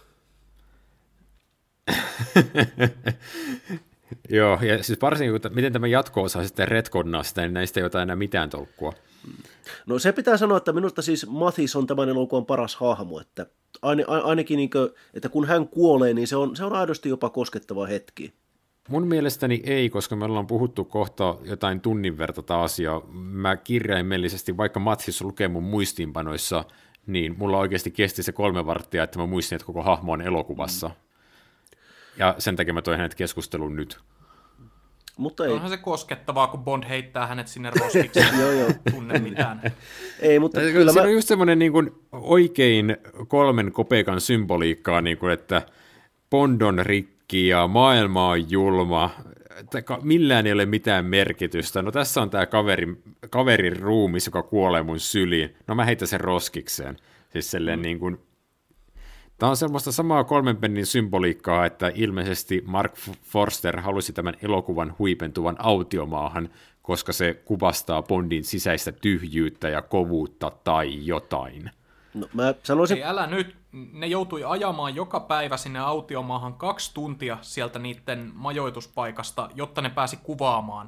Joo, ja siis varsinkin, että miten tämä jatko-osa sitten retconnaa sitä, niin näistä ei ota enää mitään tolkkua. No se pitää sanoa, että minusta siis Mathis on tämän elokuvan paras hahmo, että ain, ainakin niin kuin, että kun hän kuolee, niin se on, se on aidosti jopa koskettava hetki. Mun mielestäni ei, koska me ollaan puhuttu kohta jotain tunnin verta taas, ja mä kirjaimellisesti, vaikka Mathis lukee mun muistiinpanoissa, niin mulla oikeasti kesti se kolme varttia, että mä muistin, että koko hahmo on elokuvassa. Mm. Ja sen takia mä toin hänet keskusteluun nyt. Mutta ei. Onhan se koskettavaa, kun Bond heittää hänet sinne roskiksi. Joo, joo. Tunne mitään. Ei, mutta kyllä kyllä siinä mä... on just semmoinen niin kuin oikein kolmen kopeekan symboliikkaa, niin kuin, että Bond on rikki ja maailma on julma. Millään ei ole mitään merkitystä. No tässä on tämä kaveri, kaverin ruumis, joka kuolee mun syliin. No mä heitän sen roskikseen. Siis silleen mm. niin kuin... Tämä on semmoista samaa kolmen pennin symboliikkaa, että ilmeisesti Mark Forster halusi tämän elokuvan huipentuvan autiomaahan, koska se kuvastaa Bondin sisäistä tyhjyyttä ja kovuutta tai jotain. No, mä sanoisin... Ei, älä nyt. Ne joutui ajamaan joka päivä sinne autiomaahan kaksi tuntia sieltä niiden majoituspaikasta, jotta ne pääsi kuvaamaan.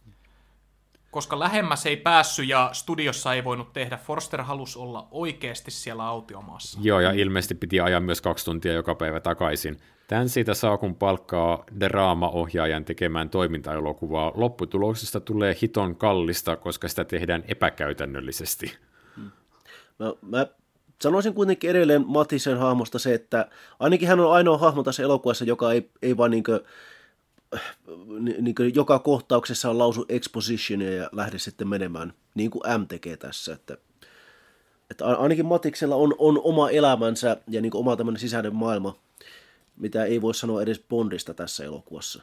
Koska lähemmäs ei päässyt ja studiossa ei voinut tehdä. Forster halusi olla oikeasti siellä autiomaassa. Joo, ja ilmeisesti piti ajaa myös kaksi tuntia joka päivä takaisin. Tän siitä saa, kun palkkaa Draama-ohjaajan tekemään toimintaelokuvaa. Lopputuloksesta tulee hiton kallista, koska sitä tehdään epäkäytännöllisesti. Mä, mä sanoisin kuitenkin edelleen Mathisen hahmosta se, että ainakin hän on ainoa hahmo tässä elokuvassa, joka ei, ei vaan niin kuin, niin kuin joka kohtauksessa on lausu expositionia ja lähde sitten menemään, niin kuin M tekee tässä. Että, että ainakin Mathiksella on, on oma elämänsä ja niin kuin oma tämmöinen sisäinen maailma, mitä ei voi sanoa edes Bondista tässä elokuvassa.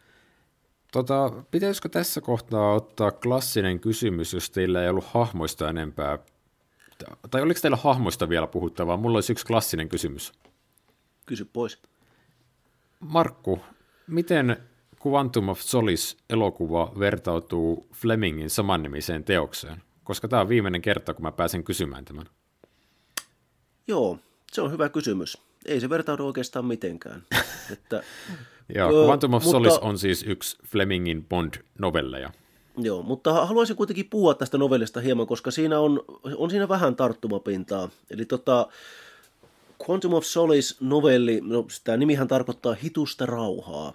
Tota, pitäisikö tässä kohtaa ottaa klassinen kysymys, jos teillä ei ollut hahmoista enempää? Tai oliko teillä hahmoista vielä puhuttavaa? Mulla olisi yksi klassinen kysymys. Kysy pois. Markku, miten Quantum of Solace-elokuva vertautuu Flemingin samannimiseen teokseen? Koska tämä on viimeinen kerta, kun mä pääsen kysymään tämän. Joo, se on hyvä kysymys. Ei se vertaudu oikeastaan mitenkään. Että, Joo, Quantum of mutta, Solace on siis yksi Flemingin Bond-novelleja. Joo, mutta haluaisin kuitenkin puhua tästä novellista hieman, koska siinä on, on siinä vähän tarttumapintaa. Eli tota, Quantum of Solace-novelli, no tämä nimihän tarkoittaa hitusta rauhaa.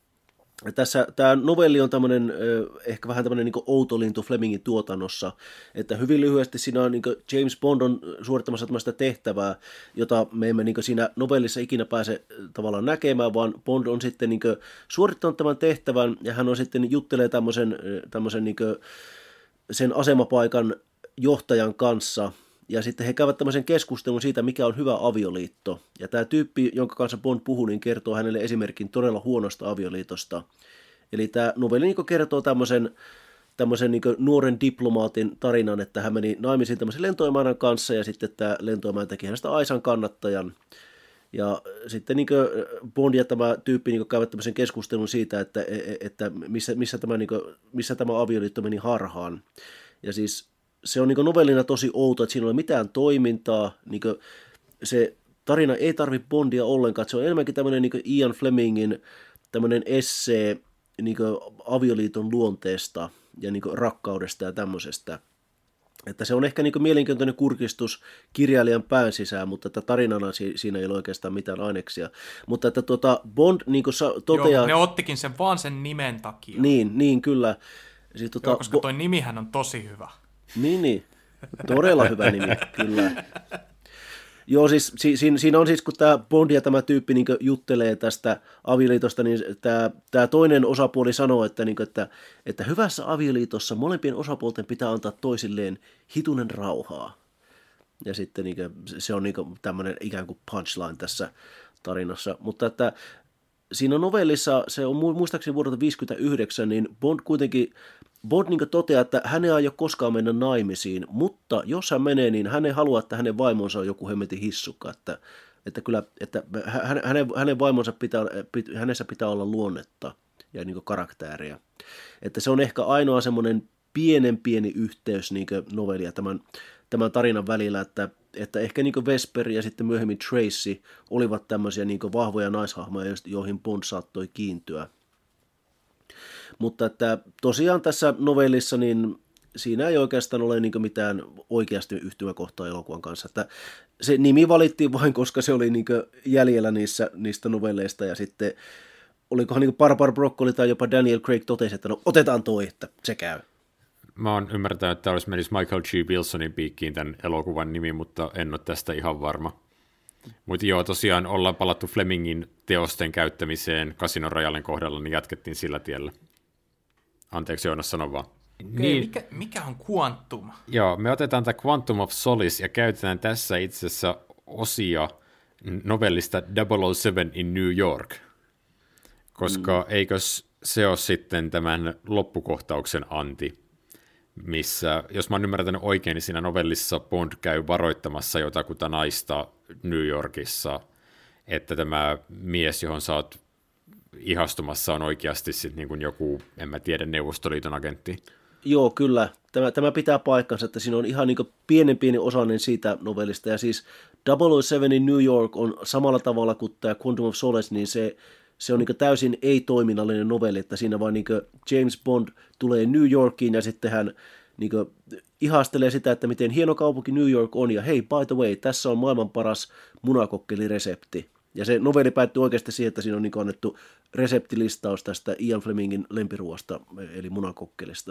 Tässä tämä novelli on tämmöinen, ehkä vähän tämmöinen niin outolintu Flemingin tuotannossa, että hyvin lyhyesti siinä on niin James Bond on suorittamassa tämmöistä tehtävää, jota me emme niin siinä novellissa ikinä pääse tavallaan näkemään, vaan Bond on sitten niin suorittanut tämän tehtävän ja hän on sitten juttelee tämmöisen, tämmöisen niin sen asemapaikan johtajan kanssa. Ja sitten he käyvät tämmöisen keskustelun siitä, mikä on hyvä avioliitto. Ja tämä tyyppi, jonka kanssa Bond puhuu, niin kertoo hänelle esimerkin todella huonosta avioliitosta. Eli tämä novelli niin kertoo tämmöisen, tämmöisen niin nuoren diplomaatin tarinan, että hän meni naimisiin tämmöisen lentoemänän kanssa, ja sitten tämä lentoemäntä teki hänestä aisan kannattajan. Ja sitten niin Bond ja tämä tyyppi niin käyvät tämmöisen keskustelun siitä, että, että missä, missä, tämä, niin kuin, missä tämä avioliitto meni harhaan. Ja siis se on niin novellina tosi outo, että siinä ei ole mitään toimintaa, niin se tarina ei tarvitse Bondia ollenkaan, se on enemmänkin tämmöinen niin Ian Flemingin tämmöinen essee niin avioliiton luonteesta ja niin rakkaudesta ja tämmöisestä. Että se on ehkä niin mielenkiintoinen kurkistus kirjailijan pään sisään, mutta että tarinana siinä ei ole oikeastaan mitään aineksia. Mutta että tuota Bond niin toteaa... Joo, ne ottikin sen vaan sen nimen takia. Niin, niin kyllä. Siis, tuota, Joo, koska toi nimihän on tosi hyvä. Niin, niin. Todella hyvä nimi, kyllä. Joo, siis si, si, siinä on siis, kun tämä Bond ja tämä tyyppi niin juttelee tästä avioliitosta, niin tämä, tämä toinen osapuoli sanoo, että, niin kuin, että, että hyvässä avioliitossa molempien osapuolten pitää antaa toisilleen hitunen rauhaa. Ja sitten niin kuin, se on niin kuin, tämmöinen ikään kuin punchline tässä tarinassa. Mutta että siinä novellissa, se on muistaakseni vuodelta viisikymmentäyhdeksän, niin Bond kuitenkin Bond niin toteaa, että hän ei aio koskaan mennä naimisiin, mutta jos hän menee, niin hän ei halua, että hänen vaimonsa on joku hemmetin hissukka, että, että kyllä, että hänen, hänen vaimonsa pitää, hänessä pitää olla luonnetta ja niin karaktääriä. Että se on ehkä ainoa semmoinen pienen pieni yhteys niin novellia tämän, tämän tarinan välillä, että, että ehkä niin Vesper ja sitten myöhemmin Tracy olivat tämmöisiä niin vahvoja naishahmoja, joihin Bond saattoi kiintyä. Mutta että tosiaan tässä novellissa, niin siinä ei oikeastaan ole niin mitään oikeasti yhtymäkohtaa elokuvan kanssa. Että se nimi valittiin vain, koska se oli niin jäljellä niissä, niistä novelleista, ja sitten olikohan niin Barbara Broccoli tai jopa Daniel Craig totesi, että no otetaan toi, että se käy. Mä oon ymmärtänyt, että olisi menisi Michael G. Wilsonin piikkiin tämän elokuvan nimi, mutta en ole tästä ihan varma. Mutta joo, tosiaan ollaan palattu Flemingin teosten käyttämiseen Casino Royalen kohdalla, niin jatkettiin sillä tiellä. Anteeksi, Joonas, sano vaan. Okay, niin, mikä, mikä on Quantum? Joo, me otetaan tämä Quantum of Solace ja käytetään tässä itse asiassa osia novellista double oh seven in New York, koska mm. eikös se ole sitten tämän loppukohtauksen anti, missä, jos mä oon ymmärtänyt oikein, niin siinä novellissa Bond käy varoittamassa jotakuta naista New Yorkissa, että tämä mies, johon sä oot ihastumassa, on oikeasti sitten niin kuin joku, en mä tiedä, Neuvostoliiton agentti. Joo, kyllä. Tämä, tämä pitää paikkansa, että siinä on ihan niin kuin pienen pieni osainen siitä novellista. Ja siis double oh seven in New York on samalla tavalla kuin tämä Quantum of Solace, niin se, se on niin kuin täysin ei-toiminnallinen novelli, että siinä vaan niin kuin James Bond tulee New Yorkiin ja sitten hän niin kuin ihastelee sitä, että miten hieno kaupunki New York on, ja hei, by the way, tässä on maailman paras munakokkeliresepti. Ja se novelli päättyy oikeasti siihen, että siinä on niin annettu reseptilistaus tästä Ian Flemingin lempiruoasta, eli munakokkelista.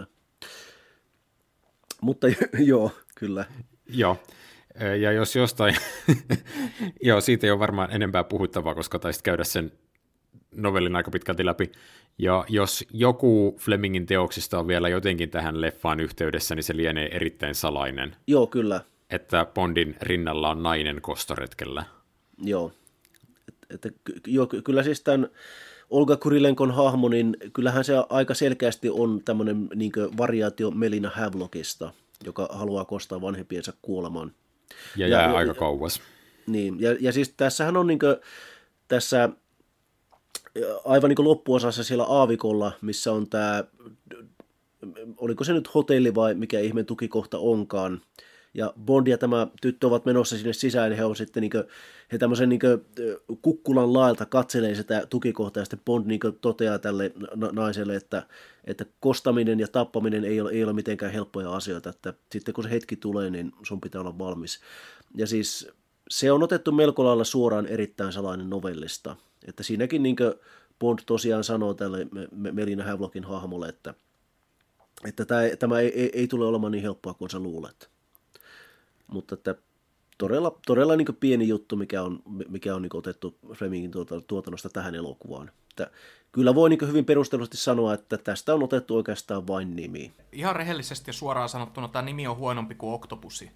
Mutta joo, kyllä. Joo, ja jos jostain, joo, siitä ei ole varmaan enempää puhuttavaa, koska taisit käydä sen novellin aika pitkälti läpi. Ja jos joku Flemingin teoksista on vielä jotenkin tähän leffaan yhteydessä, niin se lienee erittäin salainen. Joo, kyllä. Että Bondin rinnalla on nainen kostoretkellä. Joo. Että, joo, kyllä siis tämän Olga Kurilenkon hahmo, niin kyllähän se aika selkeästi on tämmöinen niin variaatio Melina Havelockista, joka haluaa kostaa vanhempiensa kuolemaan. Ja jää ja, aika kauas. Niin, ja, ja siis tässähän on niin kuin, tässä aivan niin kuin loppuosassa siellä aavikolla, missä on tämä, oliko se nyt hotelli vai mikä ihmeen tukikohta onkaan, ja Bond ja tämä tyttö ovat menossa sinne sisään, niin he on sitten niin kuin, he tämmöisen niin kuin kukkulan laelta katselee sitä tukikohtaa, ja sitten Bond niin kuin toteaa tälle naiselle, että, että kostaminen ja tappaminen ei ole, ei ole mitenkään helppoja asioita, että sitten kun se hetki tulee, niin sun pitää olla valmis. Ja siis se on otettu melko lailla suoraan erittäin salainen novellista. Että siinäkin niin kuin Bond tosiaan sanoo tälle Melina Havelockin hahmolle, että, että tämä, tämä ei, ei, ei tule olemaan niin helppoa kuin sä luulet. Mutta että todella, todella niin kuin pieni juttu, mikä on, mikä on niin kuin otettu Flemingin tuotannosta tähän elokuvaan. Että kyllä voi niin kuin hyvin perustellusti sanoa, että tästä on otettu oikeastaan vain nimi. Ihan rehellisesti ja suoraan sanottuna tämä nimi on huonompi kuin Octopussy.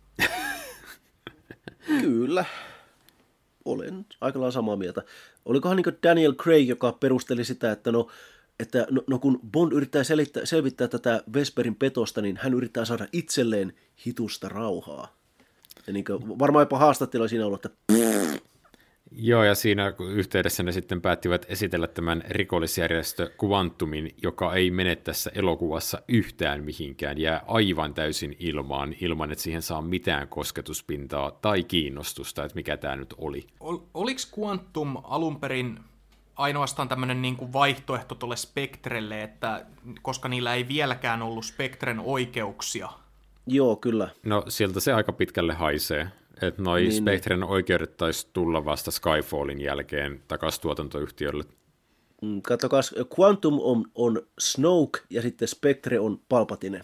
Kyllä. Olen aika lailla samaa mieltä. Olikohan niin kuin Daniel Craig, joka perusteli sitä, että no, että no, no kun Bond yrittää selittää, selvittää tätä Vesperin petosta, niin hän yrittää saada itselleen hitusta rauhaa. Ja niin kuin, varmaan jopa haastattelu siinä ollut, että Joo, ja siinä yhteydessä ne sitten päättivät esitellä tämän rikollisjärjestö Quantumin, joka ei mene tässä elokuvassa yhtään mihinkään, jää aivan täysin ilmaan, ilman että siihen saa mitään kosketuspintaa tai kiinnostusta, että mikä tämä nyt oli. Ol, oliko Quantum alun perin ainoastaan tämmöinen niin kuin vaihtoehto tuolle Spectrelle, että koska niillä ei vieläkään ollut Spectren oikeuksia? Joo, kyllä. No sieltä se aika pitkälle haisee. Että noi niin, Spectren oikeudet taisi tulla vasta Skyfallin jälkeen takaisin tuotantoyhtiölle. Katsokaa, Quantum on, on Snoke ja sitten Spectre on Palpatine.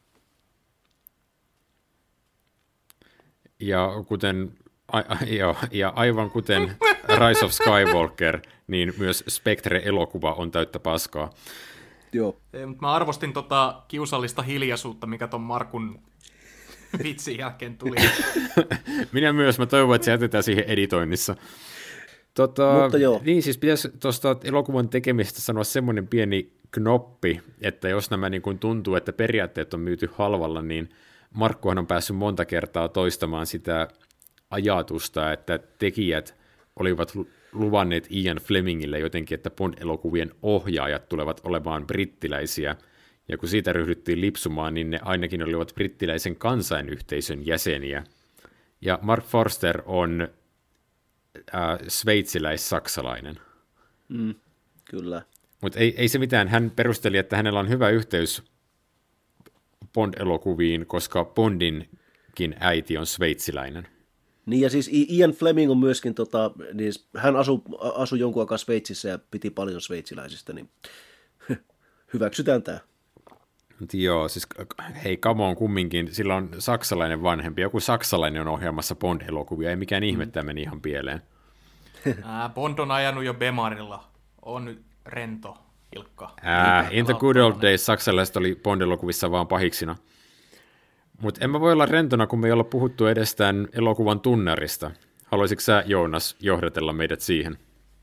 Ja, kuten, a, a, jo, ja aivan kuten Rise of Skywalker, niin myös Spectre-elokuva on täyttä paskaa. Joo. Ei, mutta mä arvostin tota kiusallista hiljaisuutta, mikä ton Markun vitsin jälkeen tuli. Minä myös, mä toivon, että se jätetään siihen editoinnissa. Tota, Mutta joo. Niin siis pitäisi tuosta elokuvan tekemisestä sanoa semmoinen pieni knoppi, että jos nämä niin kuin tuntuu, että periaatteet on myyty halvalla, niin Markkuhan on päässyt monta kertaa toistamaan sitä ajatusta, että tekijät olivat luvanneet Ian Flemingille jotenkin, että Bond-elokuvien ohjaajat tulevat olemaan brittiläisiä, ja kun siitä ryhdyttiin lipsumaan, niin ne ainakin olivat brittiläisen kansainyhteisön jäseniä. Ja Mark Forster on äh, sveitsiläis-saksalainen. Mm, kyllä. Mutta ei, ei se mitään. Hän perusteli, että hänellä on hyvä yhteys Bond-elokuviin, koska Bondinkin äiti on sveitsiläinen. Niin ja siis Ian Fleming on myöskin, tota, niin hän asui, asui jonkun aikaa Sveitsissä ja piti paljon sveitsiläisistä, niin hyväksytään tämä. Joo, siis hei, come on kumminkin, sillä on saksalainen vanhempi, joku saksalainen on ohjaamassa Bond-elokuvia, ei mikään ihme, tämä meni ihan pieleen. Ää, Bond on ajanut jo Bemarilla, on nyt rento, Ilkka. Ää, in the good old days saksalaiset oli Bond-elokuvissa vaan pahiksina. Mutta en mä voi olla rentona, kun me ei olla puhuttu edes tämän elokuvan tunnarista. Haluaisitko sä, Joonas, johdatella meidät siihen?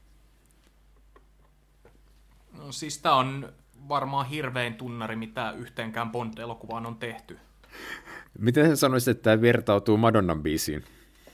No siis tää on varmaan hirvein tunnari, mitä yhteenkään Bond-elokuvaan on tehty. Miten sä sanoisit, että tämä vertautuu Madonnan biisiin?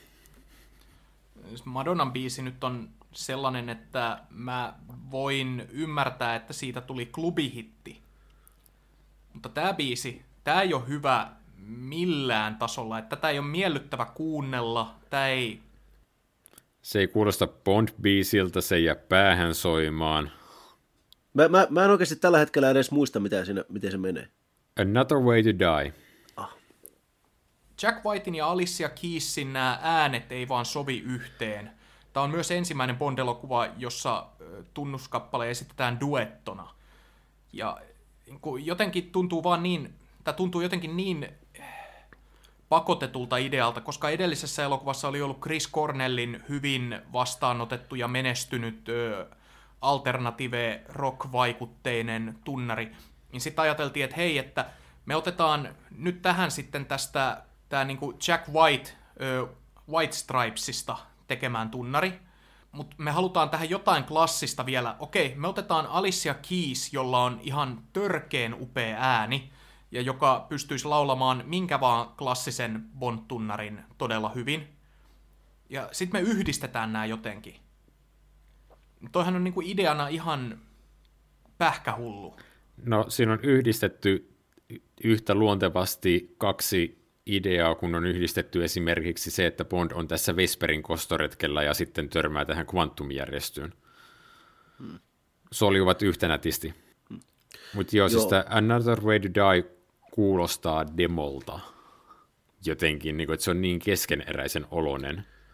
Madonnan biisi nyt on sellainen, että mä voin ymmärtää, että siitä tuli klubihitti. Mutta tämä biisi, tämä ei ole hyvä millään tasolla, että tätä ei ole miellyttävä kuunnella, tämä ei... Se ei kuulosta Bond-biisiltä, se ei jää päähän soimaan. Mä, mä, mä en oikeasti tällä hetkellä edes muista, mitä siinä, miten se menee. Another way to die. Ah. Jack Whitein ja Alicia Keysin nämä äänet ei vaan sovi yhteen. Tämä on myös ensimmäinen Bond-elokuva, jossa tunnuskappale esitetään duettona. Ja jotenkin tuntuu vaan niin, tämä tuntuu jotenkin niin pakotetulta idealta, koska edellisessä elokuvassa oli ollut Chris Cornellin hyvin vastaanotettu ja menestynyt ö, alternative rock-vaikutteinen tunnari. Niin sitten ajateltiin, että hei, että me otetaan nyt tähän sitten tästä tämä niinku Jack White ö, White Stripesista tekemään tunnari, mutta me halutaan tähän jotain klassista vielä. Okei, me otetaan Alicia Keys, jolla on ihan törkeen upea ääni, ja joka pystyisi laulamaan minkä vaan klassisen Bond-tunnarin todella hyvin. Ja sitten me yhdistetään nämä jotenkin. Toihan on niinku ideana ihan pähkähullu. No, siinä on yhdistetty yhtä luontevasti kaksi ideaa, kun on yhdistetty esimerkiksi se, että Bond on tässä Vesperin kostoretkellä ja sitten törmää tähän Quantum-järjestöön. Hmm. Soljuvat yhtä nätisti. Hmm. Mutta joo, joo, siis tämä Another Way to Die kuulostaa demolta jotenkin, niin kuin, että se on niin keskeneräisen oloinen.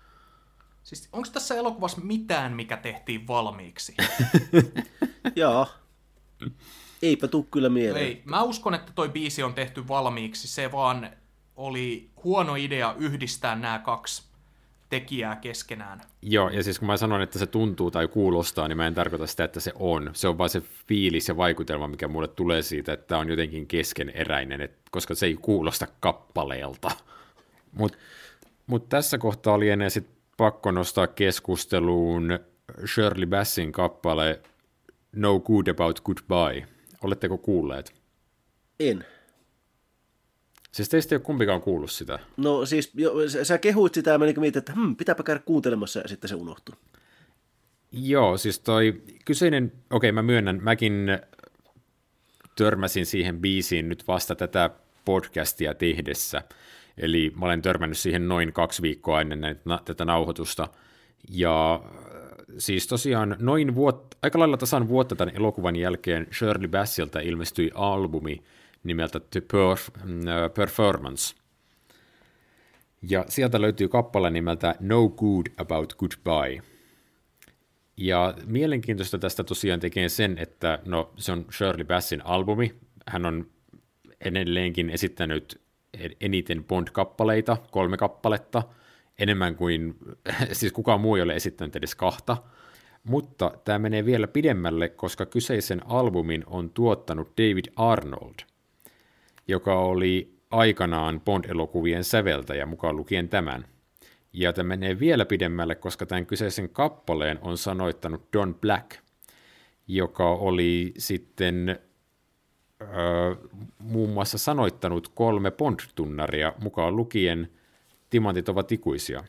Siis onko tässä elokuvassa mitään, mikä tehtiin valmiiksi? Jaa. Eipä tuu kyllä mieleen. Ei, mä uskon, että toi biisi on tehty valmiiksi. Se vaan oli huono idea yhdistää nämä kaksi tekijää keskenään. Joo, ja siis kun mä sanon, että se tuntuu tai kuulostaa, niin mä en tarkoita sitä, että se on. Se on vaan se fiilis ja vaikutelma, mikä mulle tulee siitä, että tämä on jotenkin keskeneräinen, et, koska se ei kuulosta kappaleelta. Mutta mut tässä kohtaa lienee sitten pakko nostaa keskusteluun Shirley Bassin kappale No Good About Goodbye. Oletteko kuulleet? En. Siis teistä ei ole kumpikaan kuullut sitä. No siis, jo, sä, sä kehuit sitä ja mä niin mietin, että hm, pitääpä käydä kuuntelemassa ja sitten se unohtui. Joo, siis toi kyseinen, okei mä myönnän, mäkin törmäsin siihen biisiin nyt vasta tätä podcastia tehdessä. Eli mä olen törmännyt siihen noin kaksi viikkoa ennen näitä, tätä nauhoitusta. Ja siis tosiaan noin vuot, aika lailla tasan vuotta tämän elokuvan jälkeen Shirley Bassilta ilmestyi albumi nimeltä The Performance. Ja sieltä löytyy kappale nimeltä No Good About Goodbye. Ja mielenkiintoista tästä tosiaan tekee sen, että no, se on Shirley Bassin albumi. Hän on edelleenkin esittänyt eniten Bond-kappaleita, kolme kappaletta, enemmän kuin, siis kukaan muu ei ole esittänyt edes kahta. Mutta tämä menee vielä pidemmälle, koska kyseisen albumin on tuottanut David Arnold, joka oli aikanaan Bond-elokuvien säveltäjä, mukaan lukien tämän. Ja tämä menee vielä pidemmälle, koska tämän kyseisen kappaleen on sanoittanut Don Black, joka oli sitten öö, muun muassa sanoittanut kolme Bond-tunnaria, mukaan lukien Timantit ovat ikuisia.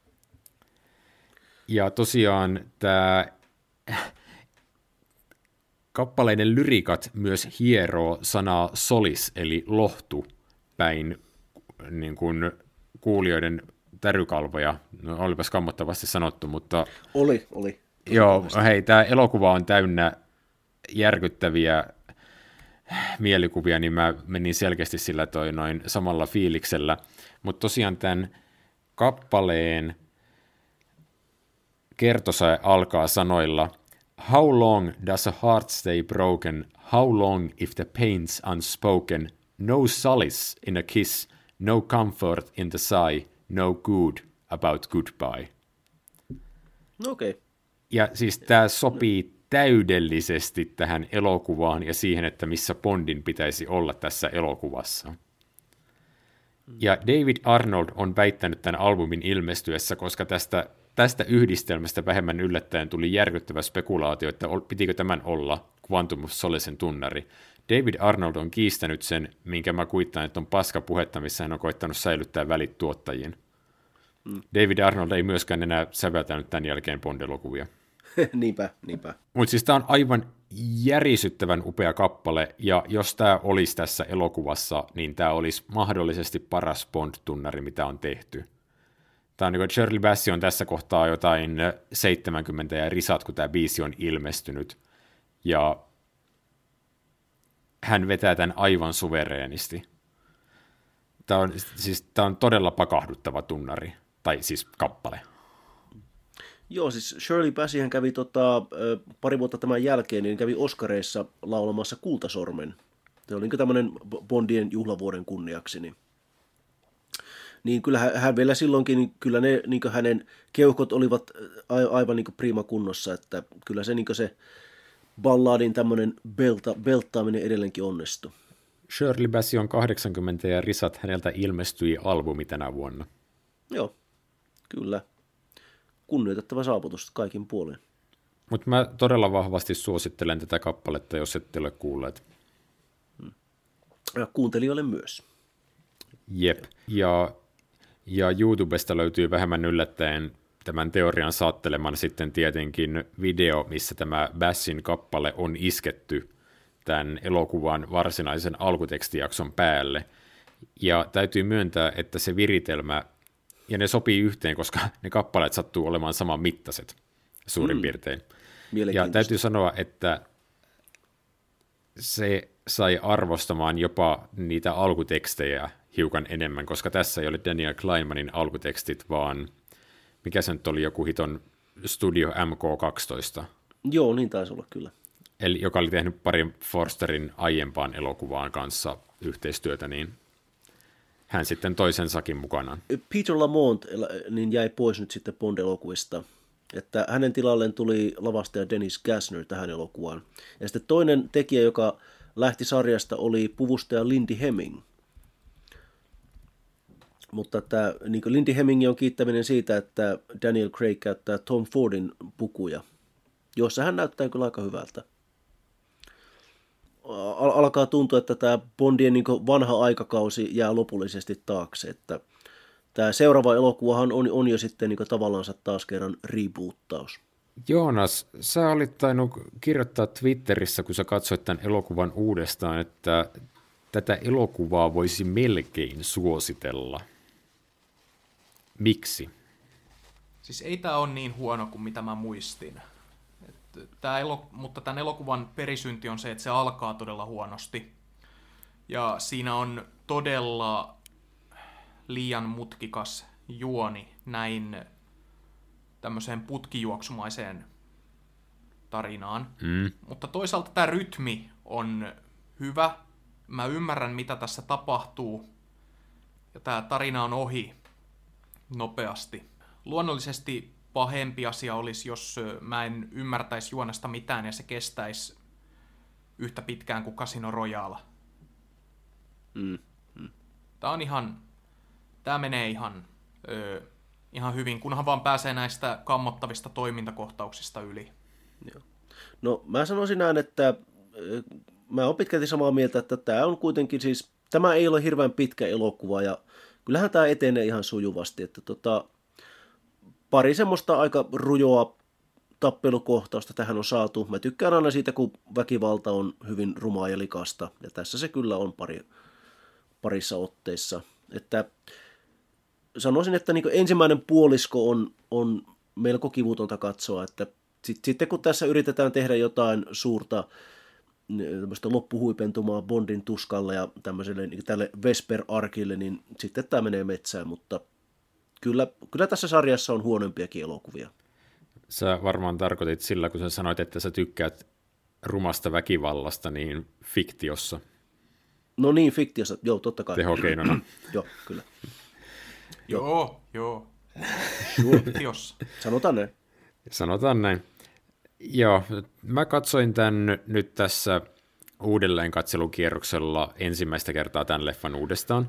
Ja tosiaan tämä kappaleiden lyrikat myös hieroo sanaa solis, eli lohtu, päin niin kuin kuulijoiden tärykalvoja. No, olipas kammottavasti sanottu, mutta... Oli, oli. Joo, hei, tämä elokuva on täynnä järkyttäviä mielikuvia, niin mä menin selkeästi sillä toi noin samalla fiiliksellä. Mutta tosiaan tämän kappaleen kertosäe alkaa sanoilla How long does a heart stay broken? How long if the pain's unspoken? No solace in a kiss, no comfort in the sigh, no good about goodbye. No okei. Okay. Ja siis tämä sopii täydellisesti tähän elokuvaan ja siihen, että missä Bondin pitäisi olla tässä elokuvassa. Ja David Arnold on väittänyt tämän albumin ilmestyessä, koska tästä, tästä yhdistelmästä vähemmän yllättäen tuli järkyttävä spekulaatio, että pitikö tämän olla Quantum of Solacen tunnari. David Arnold on kiistänyt sen, minkä mä kuittaan, että on paska puhetta, missä hän on koittanut säilyttää välit tuottajiin. Mm. David Arnold ei myöskään enää säveltänyt tämän jälkeen Bond-elokuvia. niinpä, niinpä. Mutta siis tämä on aivan järisyttävän upea kappale, ja jos tämä olisi tässä elokuvassa, niin tämä olisi mahdollisesti paras Bond-tunnari, mitä on tehty. Tämä on niin kuin Shirley Bassey on tässä kohtaa jotain seitsemänkymmentä ja risat, kun tämä biisi on ilmestynyt, ja hän vetää tämän aivan suvereenisti. Tämä on, siis, tämä on todella pakahduttava tunnari, tai siis kappale. Joo, siis Shirley Basseyhän kävi tota, pari vuotta tämän jälkeen, niin kävi Oscareissa laulamassa Kultasormen. Se oli niin tämmöinen Bondien juhlavuoden kunniaksi. Niin, niin kyllä hän, hän vielä silloinkin, niin kyllä ne niin hänen keuhkot olivat aivan niin prima kunnossa, että kyllä se, niin se balladin tämmöinen belta, belttaaminen edelleenkin onnistui. Shirley Bassey on kahdeksankymmentä ja risat, häneltä ilmestyi albumi tänä vuonna. Joo, kyllä. Kunnioitettava saavutus kaikin puolin. Mutta mä todella vahvasti suosittelen tätä kappaletta, jos ette ole kuulleet. Ja kuuntelijoille myös. Jep. Ja, ja YouTubesta löytyy vähemmän yllättäen tämän teorian saatteleman sitten tietenkin video, missä tämä Bassin kappale on isketty tämän elokuvan varsinaisen alkutekstijakson päälle. Ja täytyy myöntää, että se viritelmä, ja ne sopii yhteen, koska ne kappaleet sattuu olemaan saman mittaiset suurin mm. piirtein. Ja täytyy sanoa, että se sai arvostamaan jopa niitä alkutekstejä hiukan enemmän, koska tässä ei ole Daniel Kleinmanin alkutekstit, vaan mikä se nyt oli, joku hiton Studio M K kaksitoista. Joo, niin taisi olla kyllä. Eli joka oli tehnyt parin Forsterin aiempaan elokuvaan kanssa yhteistyötä, niin hän sitten toisen sakin mukanaan. Peter Lamont niin jäi pois nyt sitten Bond-elokuvista, että hänen tilalleen tuli lavastaja Dennis Gassner tähän elokuvaan. Ja sitten toinen tekijä, joka lähti sarjasta, oli puvustaja Lindy Hemming. Mutta tämä, niin kuin Lindy Hemming on kiittäminen siitä, että Daniel Craig käyttää Tom Fordin pukuja, joissa hän näyttää kyllä aika hyvältä. Al- alkaa tuntua, että tämä Bondien niin kuin vanha aikakausi jää lopullisesti taakse, että tämä seuraava elokuvahan on, on jo sitten niin kuin tavallaan taas kerran reboottaus. Joonas, sä olit tainnut kirjoittaa Twitterissä, kun sä katsoit tämän elokuvan uudestaan, että tätä elokuvaa voisi melkein suositella. Miksi? Siis ei tämä ole niin huono kuin mitä mä muistin. Tää elo, mutta tämän elokuvan perisynti on se, että se alkaa todella huonosti. Ja siinä on todella liian mutkikas juoni näin tämmöiseen putkijuoksumaiseen tarinaan. Mm. Mutta toisaalta tämä rytmi on hyvä. Mä ymmärrän, mitä tässä tapahtuu. Ja tämä tarina on ohi nopeasti. Luonnollisesti pahempi asia olisi, jos mä en ymmärtäisi juonesta mitään ja se kestäisi yhtä pitkään kuin Casino Royale. Mm. Mm. Tämä on ihan, tämä menee ihan, ö, ihan hyvin, kunhan vaan pääsee näistä kammottavista toimintakohtauksista yli. Joo. No mä sanoisin näin, että mä oon pitkälti samaa mieltä, että tämä on kuitenkin siis, tämä ei ole hirveän pitkä elokuva ja kyllähän tämä etenee ihan sujuvasti, että tota, pari semmoista aika rujoa tappelukohtausta tähän on saatu. Mä tykkään aina siitä, kun väkivalta on hyvin rumaa ja likasta, ja tässä se kyllä on pari, parissa otteissa. Että sanoisin, että niin ensimmäinen puolisko on, on melko kivutonta katsoa, että sit, sitten kun tässä yritetään tehdä jotain suurta tämmöistä loppuhuipentumaa Bondin tuskalle ja tämmöiselle niin tälle Vesper-arkille, niin sitten tämä menee metsään, mutta kyllä, kyllä tässä sarjassa on huonompiakin elokuvia. Sä varmaan tarkoitit sillä, kun sä sanoit, että sä tykkäät rumasta väkivallasta, niin fiktiossa. No niin, fiktiossa, joo, totta kai. Tehokeinona. Joo, kyllä. Joo, joo. Fiktiossa. Sanotaan näin. Sanotaan näin. Joo, mä katsoin tämän nyt tässä uudelleen katselukierroksella ensimmäistä kertaa tämän leffan uudestaan.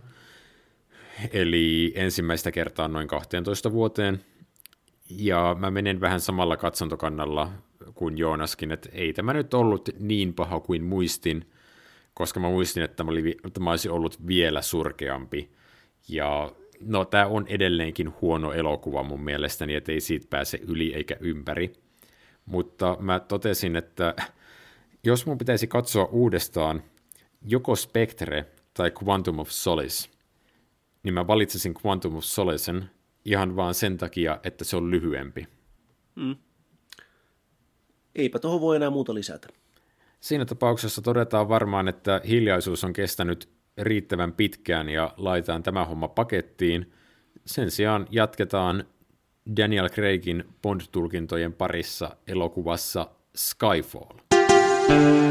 Eli ensimmäistä kertaa noin kahteentoista vuoteen. Ja mä menen vähän samalla katsontokannalla kuin Joonaskin, että ei tämä nyt ollut niin paha kuin muistin, koska mä muistin, että tämä, oli, tämä olisi ollut vielä surkeampi. Ja no, tämä on edelleenkin huono elokuva mun mielestäni, että ei siitä pääse yli eikä ympäri. Mutta mä totesin, että jos mun pitäisi katsoa uudestaan joko Spectre tai Quantum of Solace, niin mä valitsisin Quantum of Solacen ihan vaan sen takia, että se on lyhyempi. Mm. Eipä tuohon voi enää muuta lisätä. Siinä tapauksessa todetaan varmaan, että hiljaisuus on kestänyt riittävän pitkään ja laitetaan tämä homma pakettiin. Sen sijaan jatketaan Daniel Craigin Bond-tulkintojen parissa elokuvassa Skyfall.